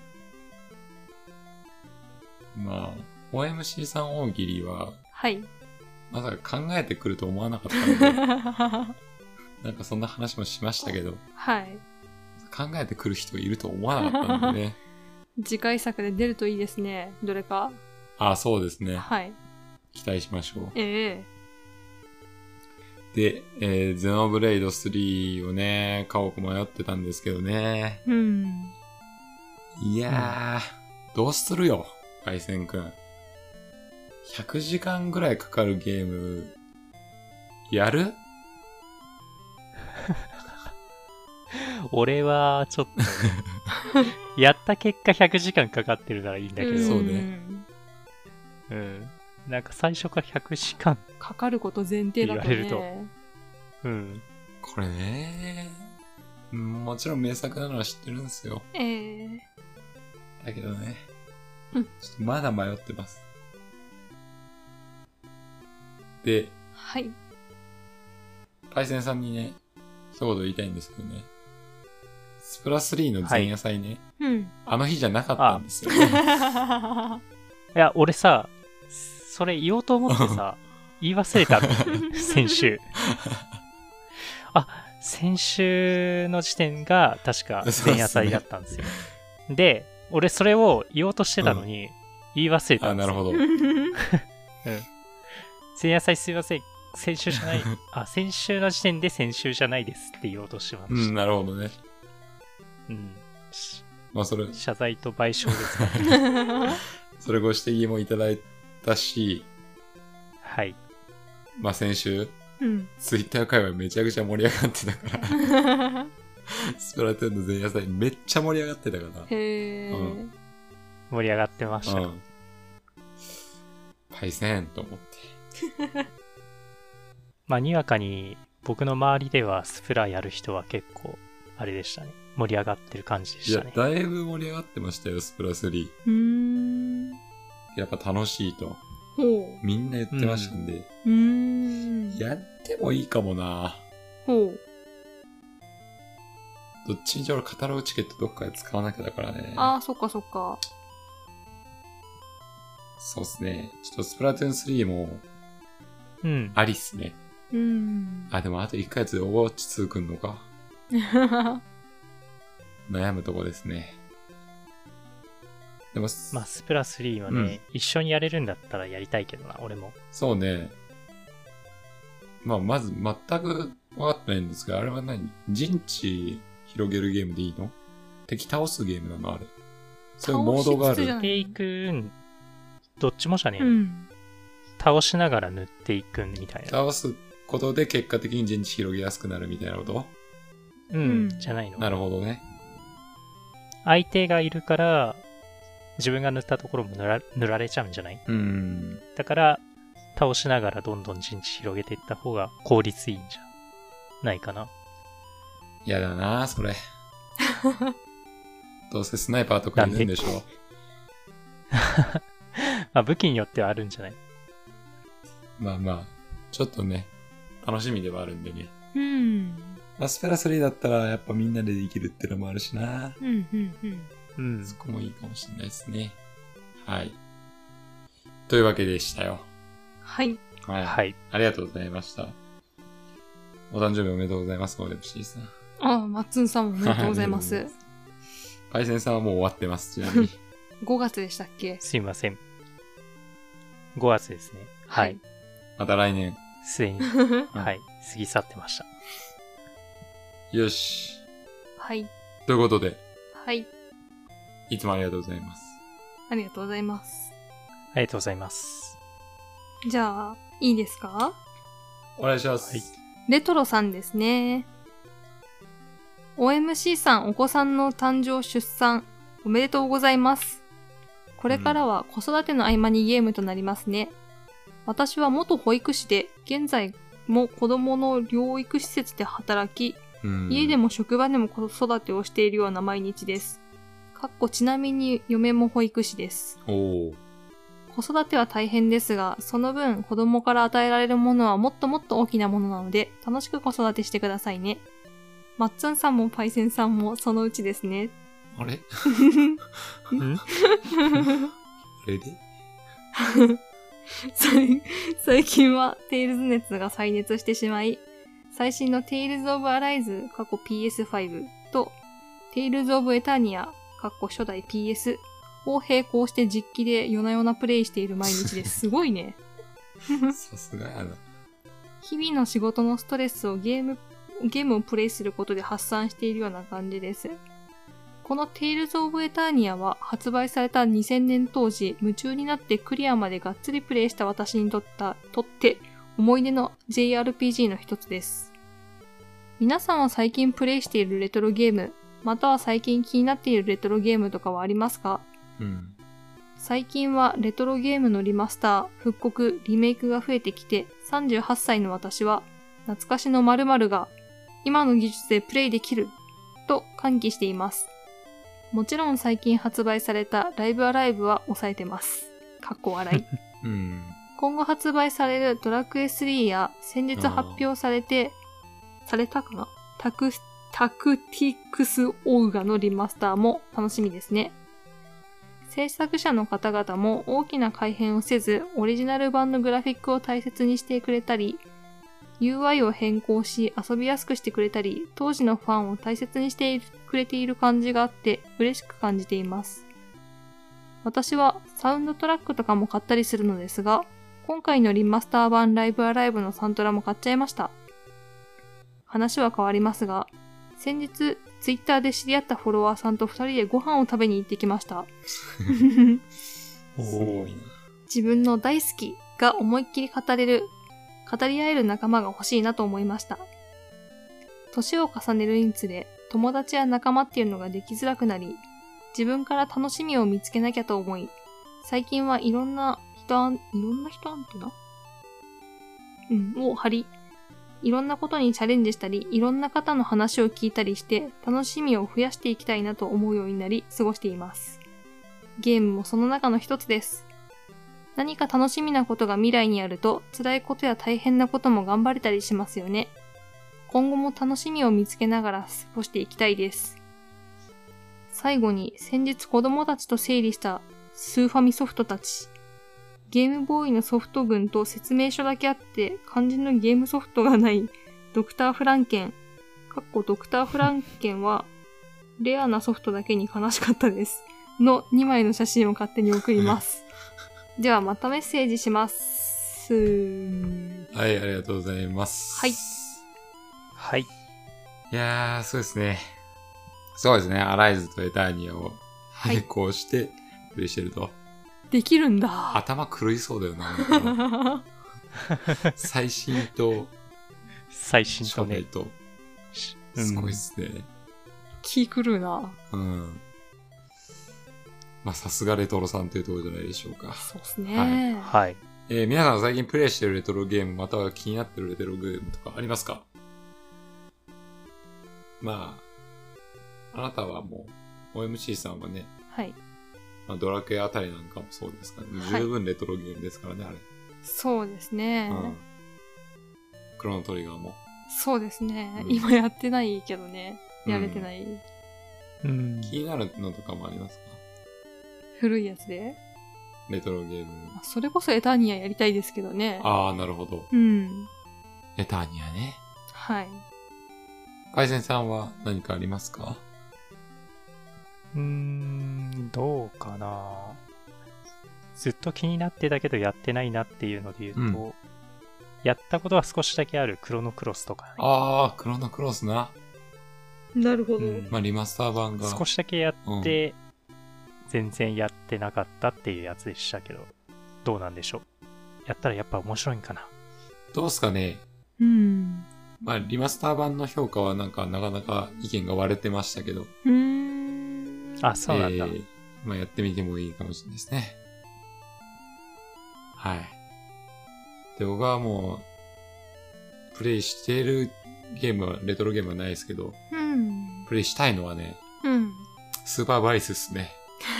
まあ OMC さん大喜利は、 はい。 まさか考えてくると思わなかったのでなんかそんな話もしましたけど、 はい。 考えてくる人いると思わなかったんでね。 次回作で出るといいですね。どれか。 あ、そうですね。 はい。 期待しましょう。 で、 ゼノブレイド3をね、買おうか迷ってたんですけどね。いやー、どうするよ、パイセンくん。100時間ぐらいかかるゲーム、やる？ 俺は、ちょっと、やった結果100時間かかってるならいいんだけど。 そうね。 なんか最初から100時間かかること前提だとね。言われると。 これね、もちろん名作なのは知ってるんですよ。だけどね、ちょっとまだ迷ってます。で、 はい。 パイセンさんにね、一言言いたいんですけどね。スプラ3の前夜祭ね、あの日じゃなかったんですよね。 いや、俺さ、それ言おうと思ってさ、言い忘れたの。先週。先週の時点が確か前夜祭だったんですよ。で、俺それを言おうとしてたのに、言い忘れたんですよ。 なるほど。 前夜祭すいません。先週じゃない。先週の時点で先週じゃないですって言おうとしてました。 なるほどね。まあそれ。 謝罪と賠償ですかね。 それご指摘もいただいたし、 はい。 まあ先週、ツイッター界隈めちゃくちゃ盛り上がってたからスプラトゥーンの前夜祭めっちゃ盛り上がってたから。 盛り上がってました。 パイセンと思って。 まあにわかに僕の周りではスプラやる人は結構あれでしたね。盛り上がってる感じでしたね。 いや、だいぶ盛り上がってましたよ、スプラ3。やっぱ楽しいと。みんな言ってましたんで。やってもいいかもな。どっちにしろカタログチケットどっかで使わなきゃだからね。 そっかそっか。 そうっすね。ちょっとスプラトゥーン3も、ありっすね。でもあと1ヶ月でオーバーウォッチ2来んのか。悩むとこですね。でもまあ、スプラ3はね、一緒にやれるんだったらやりたいけどな、俺も。 そうね。まあ、まず全く分かってないんですが、あれは何？陣地広げるゲームでいいの？敵倒すゲームなのあれ。そういうモードがある。 塗っていくどっちもじゃねえ、倒しながら塗っていくみたいな。 倒すことで結果的に陣地広げやすくなるみたいなこと？ じゃないの。 なるほどね。 相手がいるから、自分が塗ったところも塗られちゃうんじゃない？だから、倒しながらどんどん陣地広げていった方が効率いいんじゃないかな。 やだなそれ。どうせスナイパーとかいるんでしょ。 まあ武器によってはあるんじゃない？ まあまあ、ちょっとね、楽しみではあるんでね。スペラ3だったらやっぱみんなでできるってのもあるしな。そこもいいかもしれないですね。はい。というわけでしたよ。 はい。 はい。ありがとうございました。お誕生日おめでとうございます、OMC さん。 マッツンさんもおめでとうございます。 パイセンさんはもう終わってます、ちなみに。 5月でしたっけ？ すいません。5月ですね。はい。 また来年。 すでに、はい、過ぎ去ってました。 よし。 はい。 ということで。 はい。 いつもありがとうございます。 ありがとうございます。 ありがとうございます。 じゃあ、いいですか？ お願いします。はい。 レトロさんですね。OMC さん、お子さんの誕生出産、おめでとうございます。これからは子育ての合間にゲームとなりますね。私は元保育士で、現在も子供の療育施設で働き、 家でも職場でも子育てをしているような毎日です。ちなみに嫁も保育士です。子育ては大変ですが、その分子供から与えられるものはもっともっと大きなものなので、楽しく子育てしてくださいね。マッツンさんもパイセンさんもそのうちですね。 あれあれで最近はテイルズ熱が再熱してしまい、最新のテイルズ・オブ・アライズPS5 とテイルズ・オブ・エターニア初代 PS を並行して実機で夜な夜なプレイしている毎日です。すごいね。 さすがやな。 日々の仕事のストレスをゲームをプレイすることで発散しているような感じです。このテイルズ・オブ・エターニアは発売された2000年当時、夢中になってクリアまでがっつりプレイした私にとって思い出の JRPG の一つです。皆さんは最近プレイしているレトロゲーム、または最近気になっているレトロゲームとかはありますか？最近はレトロゲームのリマスター、復刻、リメイクが増えてきて、38歳の私は懐かしの〇〇が今の技術でプレイできると歓喜しています。もちろん最近発売されたライブアライブは抑えてます。笑い。今後発売されるドラクエ3や先日発表されたかな？タクティクスオーガのリマスターも楽しみですね。制作者の方々も大きな改変をせず、オリジナル版のグラフィックを大切にしてくれたり、UI を変更し遊びやすくしてくれたり、当時のファンを大切にしてくれている感じがあって嬉しく感じています。私はサウンドトラックとかも買ったりするのですが、今回のリマスター版ライブアライブのサントラも買っちゃいました。話は変わりますが、先日ツイッターで知り合ったフォロワーさんと2人でご飯を食べに行ってきました。 すごいな。 自分の大好きが思いっきり語り合える仲間が欲しいなと思いました。年を重ねるにつれ、友達や仲間っていうのができづらくなり、自分から楽しみを見つけなきゃと思い、最近はいろんな人アンテナを張り、いろんなことにチャレンジしたり、いろんな方の話を聞いたりして、楽しみを増やしていきたいなと思うようになり、過ごしています。ゲームもその中の一つです。何か楽しみなことが未来にあると、辛いことや大変なことも頑張れたりしますよね。今後も楽しみを見つけながら過ごしていきたいです。最後に、先日子供たちと整理したスーファミソフトたち。ゲームボーイのソフト群と説明書だけあって肝心のゲームソフトがないドクターフランケンドクターフランケンはレアなソフトだけに悲しかったですの2枚の写真を勝手に送りますではまたメッセージしますはい、ありがとうございます。 はい。いやー、そうですね。そうですね。アライズとエターニアを並行してプレイしてると。 できるんだ。 頭狂いそうだよな。最新と初代と。すごいっすね。 気狂うな。 まあ、さすがレトロさんというところじゃないでしょうか。 そうですね。 はい。 皆さん最近プレイしてるレトロゲーム、または気になってるレトロゲームとかありますか？まあ、あなたはもう、OMC さんはね、 はい。 まあ、ドラクエあたりなんかもそうですからね。十分レトロゲームですからね、あれ。 そうですね。 クロノトリガーも。 そうですね。今やってないけどね。やれてない。 気になるのとかもありますか？ 古いやつでレトロゲーム。 それこそエターニアやりたいですけどね。 ああ、なるほど。エターニアね。 はい。 パイセンさんは何かありますか？ どうかな。ずっと気になってたけどやってないなっていうので言うと、やったことは少しだけあるクロノクロスとか、ね。 ああ、クロノクロスな。 なるほど。 まあリマスター版が。 少しだけやって、全然やってなかったっていうやつでしたけど、どうなんでしょう。やったらやっぱ面白いんかな。 どうすかね。まあリマスター版の評価はなかなか意見が割れてましたけど。 あ、そうなんだ。 まあやってみてもいいかもしれないですね。はい。で、僕はもう、プレイしてるレトロゲームはないですけど、プレイしたいのはね、スーパーバリスっすね。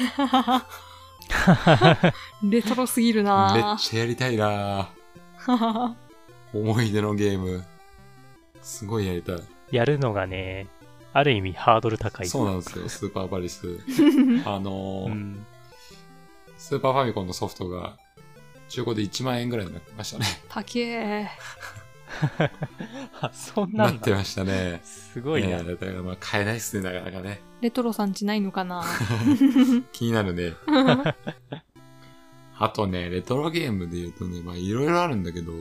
レトロすぎるな。 めっちゃやりたいな。思い出のゲーム。すごいやりたい。 やるのがね、ある意味ハードル高い。 そうなんですよ、スーパーバリス。スーパーファミコンのソフトが中古で1万円ぐらいになってましたね。 高え。 そんなんだ。 なってましたね。 すごいな。 だからまあ買えないっすね、なかなかね。 レトロさんちないのかな。 気になるね。あとね、レトロゲームで言うとね、まあいろいろあるんだけど、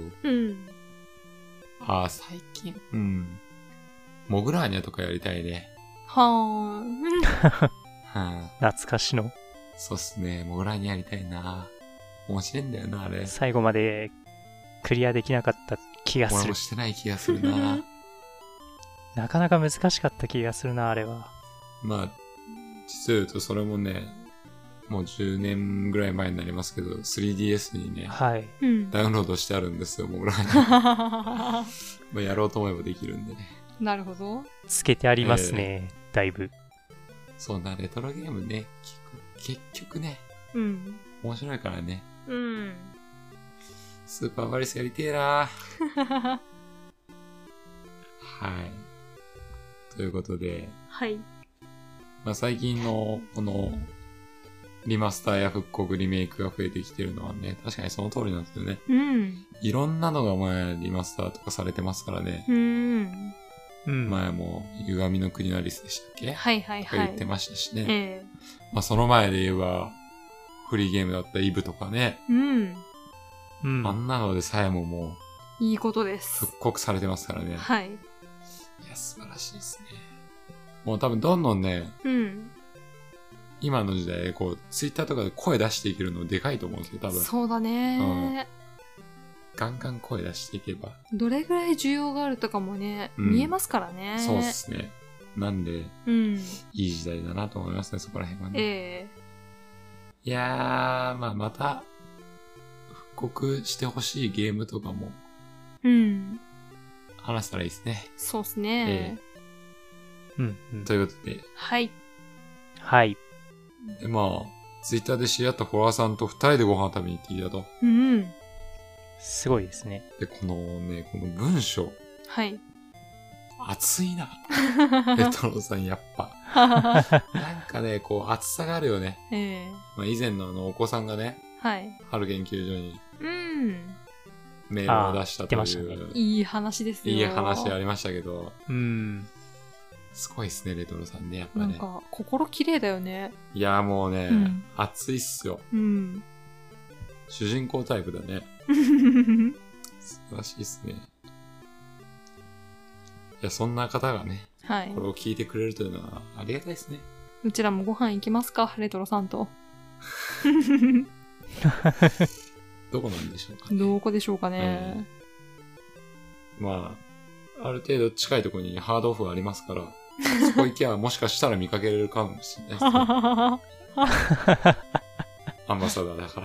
最近、モグラーニャとかやりたいね。 はあ。懐かしの。 そうっすね、モグラーニャやりたいな。面白いんだよな、あれ。 最後までクリアできなかった気がする。 俺もしてない気がするな。 なかなか難しかった気がするな、あれは。 まあ、実を言うとそれもね、もう10年ぐらい前になりますけど、3DS にね、ダウンロードしてあるんですよ、モグラーニャ。まあやろうと思えばできるんでね。 なるほど。 つけてありますね、だいぶ。 そんなレトロゲームね、結局ね、面白いからね。スーパーバリスやりてえな。はい。ということで、まあ最近のこのリマスターや復刻リメイクが増えてきてるのはね、確かにその通りなんですよね。いろんなのが前リマスターとかされてますからね。前も歪みの国のアリスでしたっけ？言ってましたしね。まあその前で言えばフリーゲームだったイブとかね。あんなのでさえももういいことです。 復刻されてますからね。いや素晴らしいですね。もう多分どんどんね、今の時代こうツイッターとかで声出していけるのでかいと思うんですよ多分。 そうだね。 ガンガン声出していけばどれぐらい需要があるとかもね、見えますからね。 そうですね。なんで、いい時代だなと思いますね、そこら辺はね。いやー、まあまた復刻してほしいゲームとかも話したらいいですね。 そうですね。 ということで、でまあツイッターで知り合ったフォロワーさんと2人でご飯食べに行ってきたと。 すごいですね。 でこの文章、熱いな。レトロさんやっぱなんかねこう熱さがあるよね。まあ、以前のお子さんがね、春研究所にメールを出したという、 いい話ですよ。 いい話ありましたけど、すごいっすねレトロさんね、やっぱね。 なんか心綺麗だよね。 いやもうね、熱いっすよ。主人公タイプだね。素晴らしいっすね。いやそんな方がね、これを聞いてくれるというのはありがたいですね。 うちらもご飯行きますか、レトロさんと。 どこなんでしょうかね。 どこでしょうかね。 まあある程度近いところにハードオフありますから、そこ行けばもしかしたら見かけれるかもしれないですね。アンバサダーだから。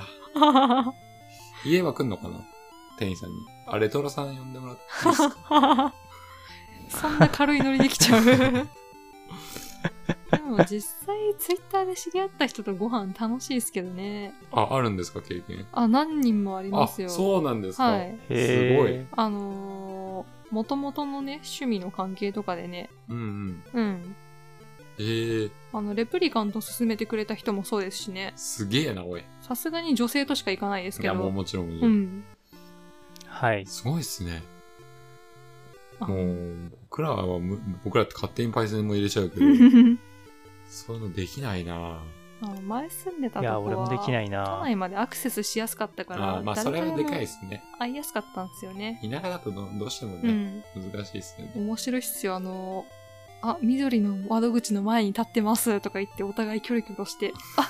家は来んのかな、店員さんに。レトロさん呼んでもらっていいですか？ そんな軽いノリできちゃう。でも実際ツイッターで知り合った人とご飯楽しいですけどね。 あるんですか、経験。 何人もありますよ。 そうなんですか。すごい。 もともとのね、趣味の関係とかでね。レプリカント勧めてくれた人もそうですしね。 すげえな、おい。 さすがに女性としか行かないですけど。 いや、もちろん。すごいっすね。もう、僕らって勝手にパイセンも入れちゃうけど、そういうのできないな。 前住んでたとこは、 いや、俺もできないな。 都内までアクセスしやすかったから、 まあ、それはでかいですね。 会いやすかったんですよね。 田舎だとどうしてもね、難しいっすね。 面白いっすよ。緑の窓口の前に立ってますとか言ってお互いキョロキョロして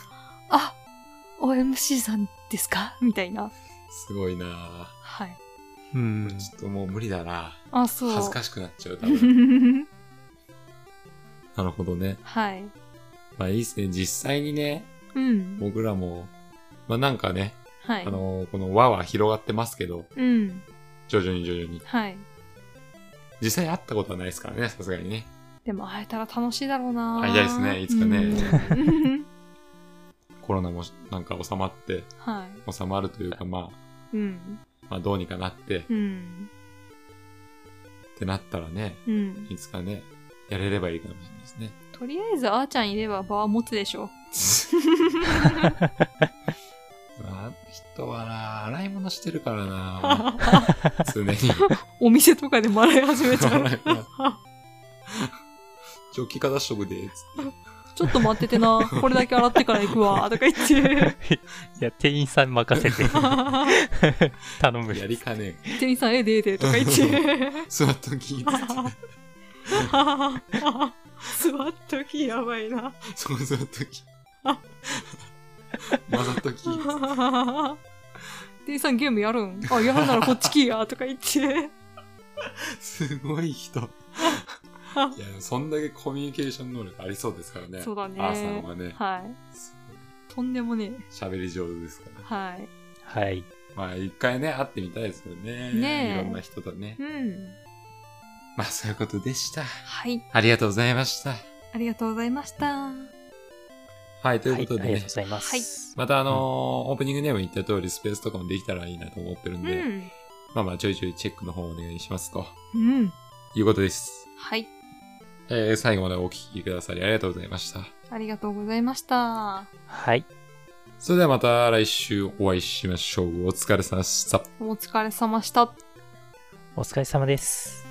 、OMC さんですかみたいな。 すごいな。ちょっともう無理だな。 そう。 恥ずかしくなっちゃう、多分。なるほどね。まあいいっすね。実際にね、僕らも、まあなんかね、この輪は広がってますけど、徐々に。 実際会ったことはないですからね、さすがにね。 でも会えたら楽しいだろうな。 会いたいですね、いつかね。コロナもなんか収まって、はい、収まるというか、まあどうにかなって、ってなったらね、いつかね、やれればいいかもしれないですね。 とりあえずあーちゃんいれば場は持つでしょ。 あの人はな、洗い物してるからな。常に。 お店とかでも洗い始めちゃう。 ジョッキか出しとくで、つって。 ちょっと待っててな、これだけ洗ってから行くわ、とか言って。 いや、店員さん任せて。頼む。 やりかねえ。店員さん、で、とか言って。 座っとき、つって。 座っとき、やばいな。 そう、座っとき。混ざっとき。 店員さんゲームやるん？あ、やるならこっち来や、とか言って。 すごい人。いや、そんだけコミュニケーション能力ありそうですからね。 そうだね。 あーさんはね。 はい。とんでもねえ。 喋り上手ですから。 はい。 はい。 まあ、一回ね、会ってみたいですよね。ねえ。いろんな人とね。うん。まあ、そういうことでした。 はい。 ありがとうございました。 ありがとうございました。 はい、ということでね。 ありがとうございます。はい。 またオープニングでも言った通り、スペースとかもできたらいいなと思ってるんで、まあちょいちょいチェックの方お願いしますと。いうことです。 はい。 最後までお聞きくださりありがとうございました。 ありがとうございました。 はい。 それではまた来週お会いしましょう。お疲れ様でした。 お疲れ様でした。 お疲れ様です。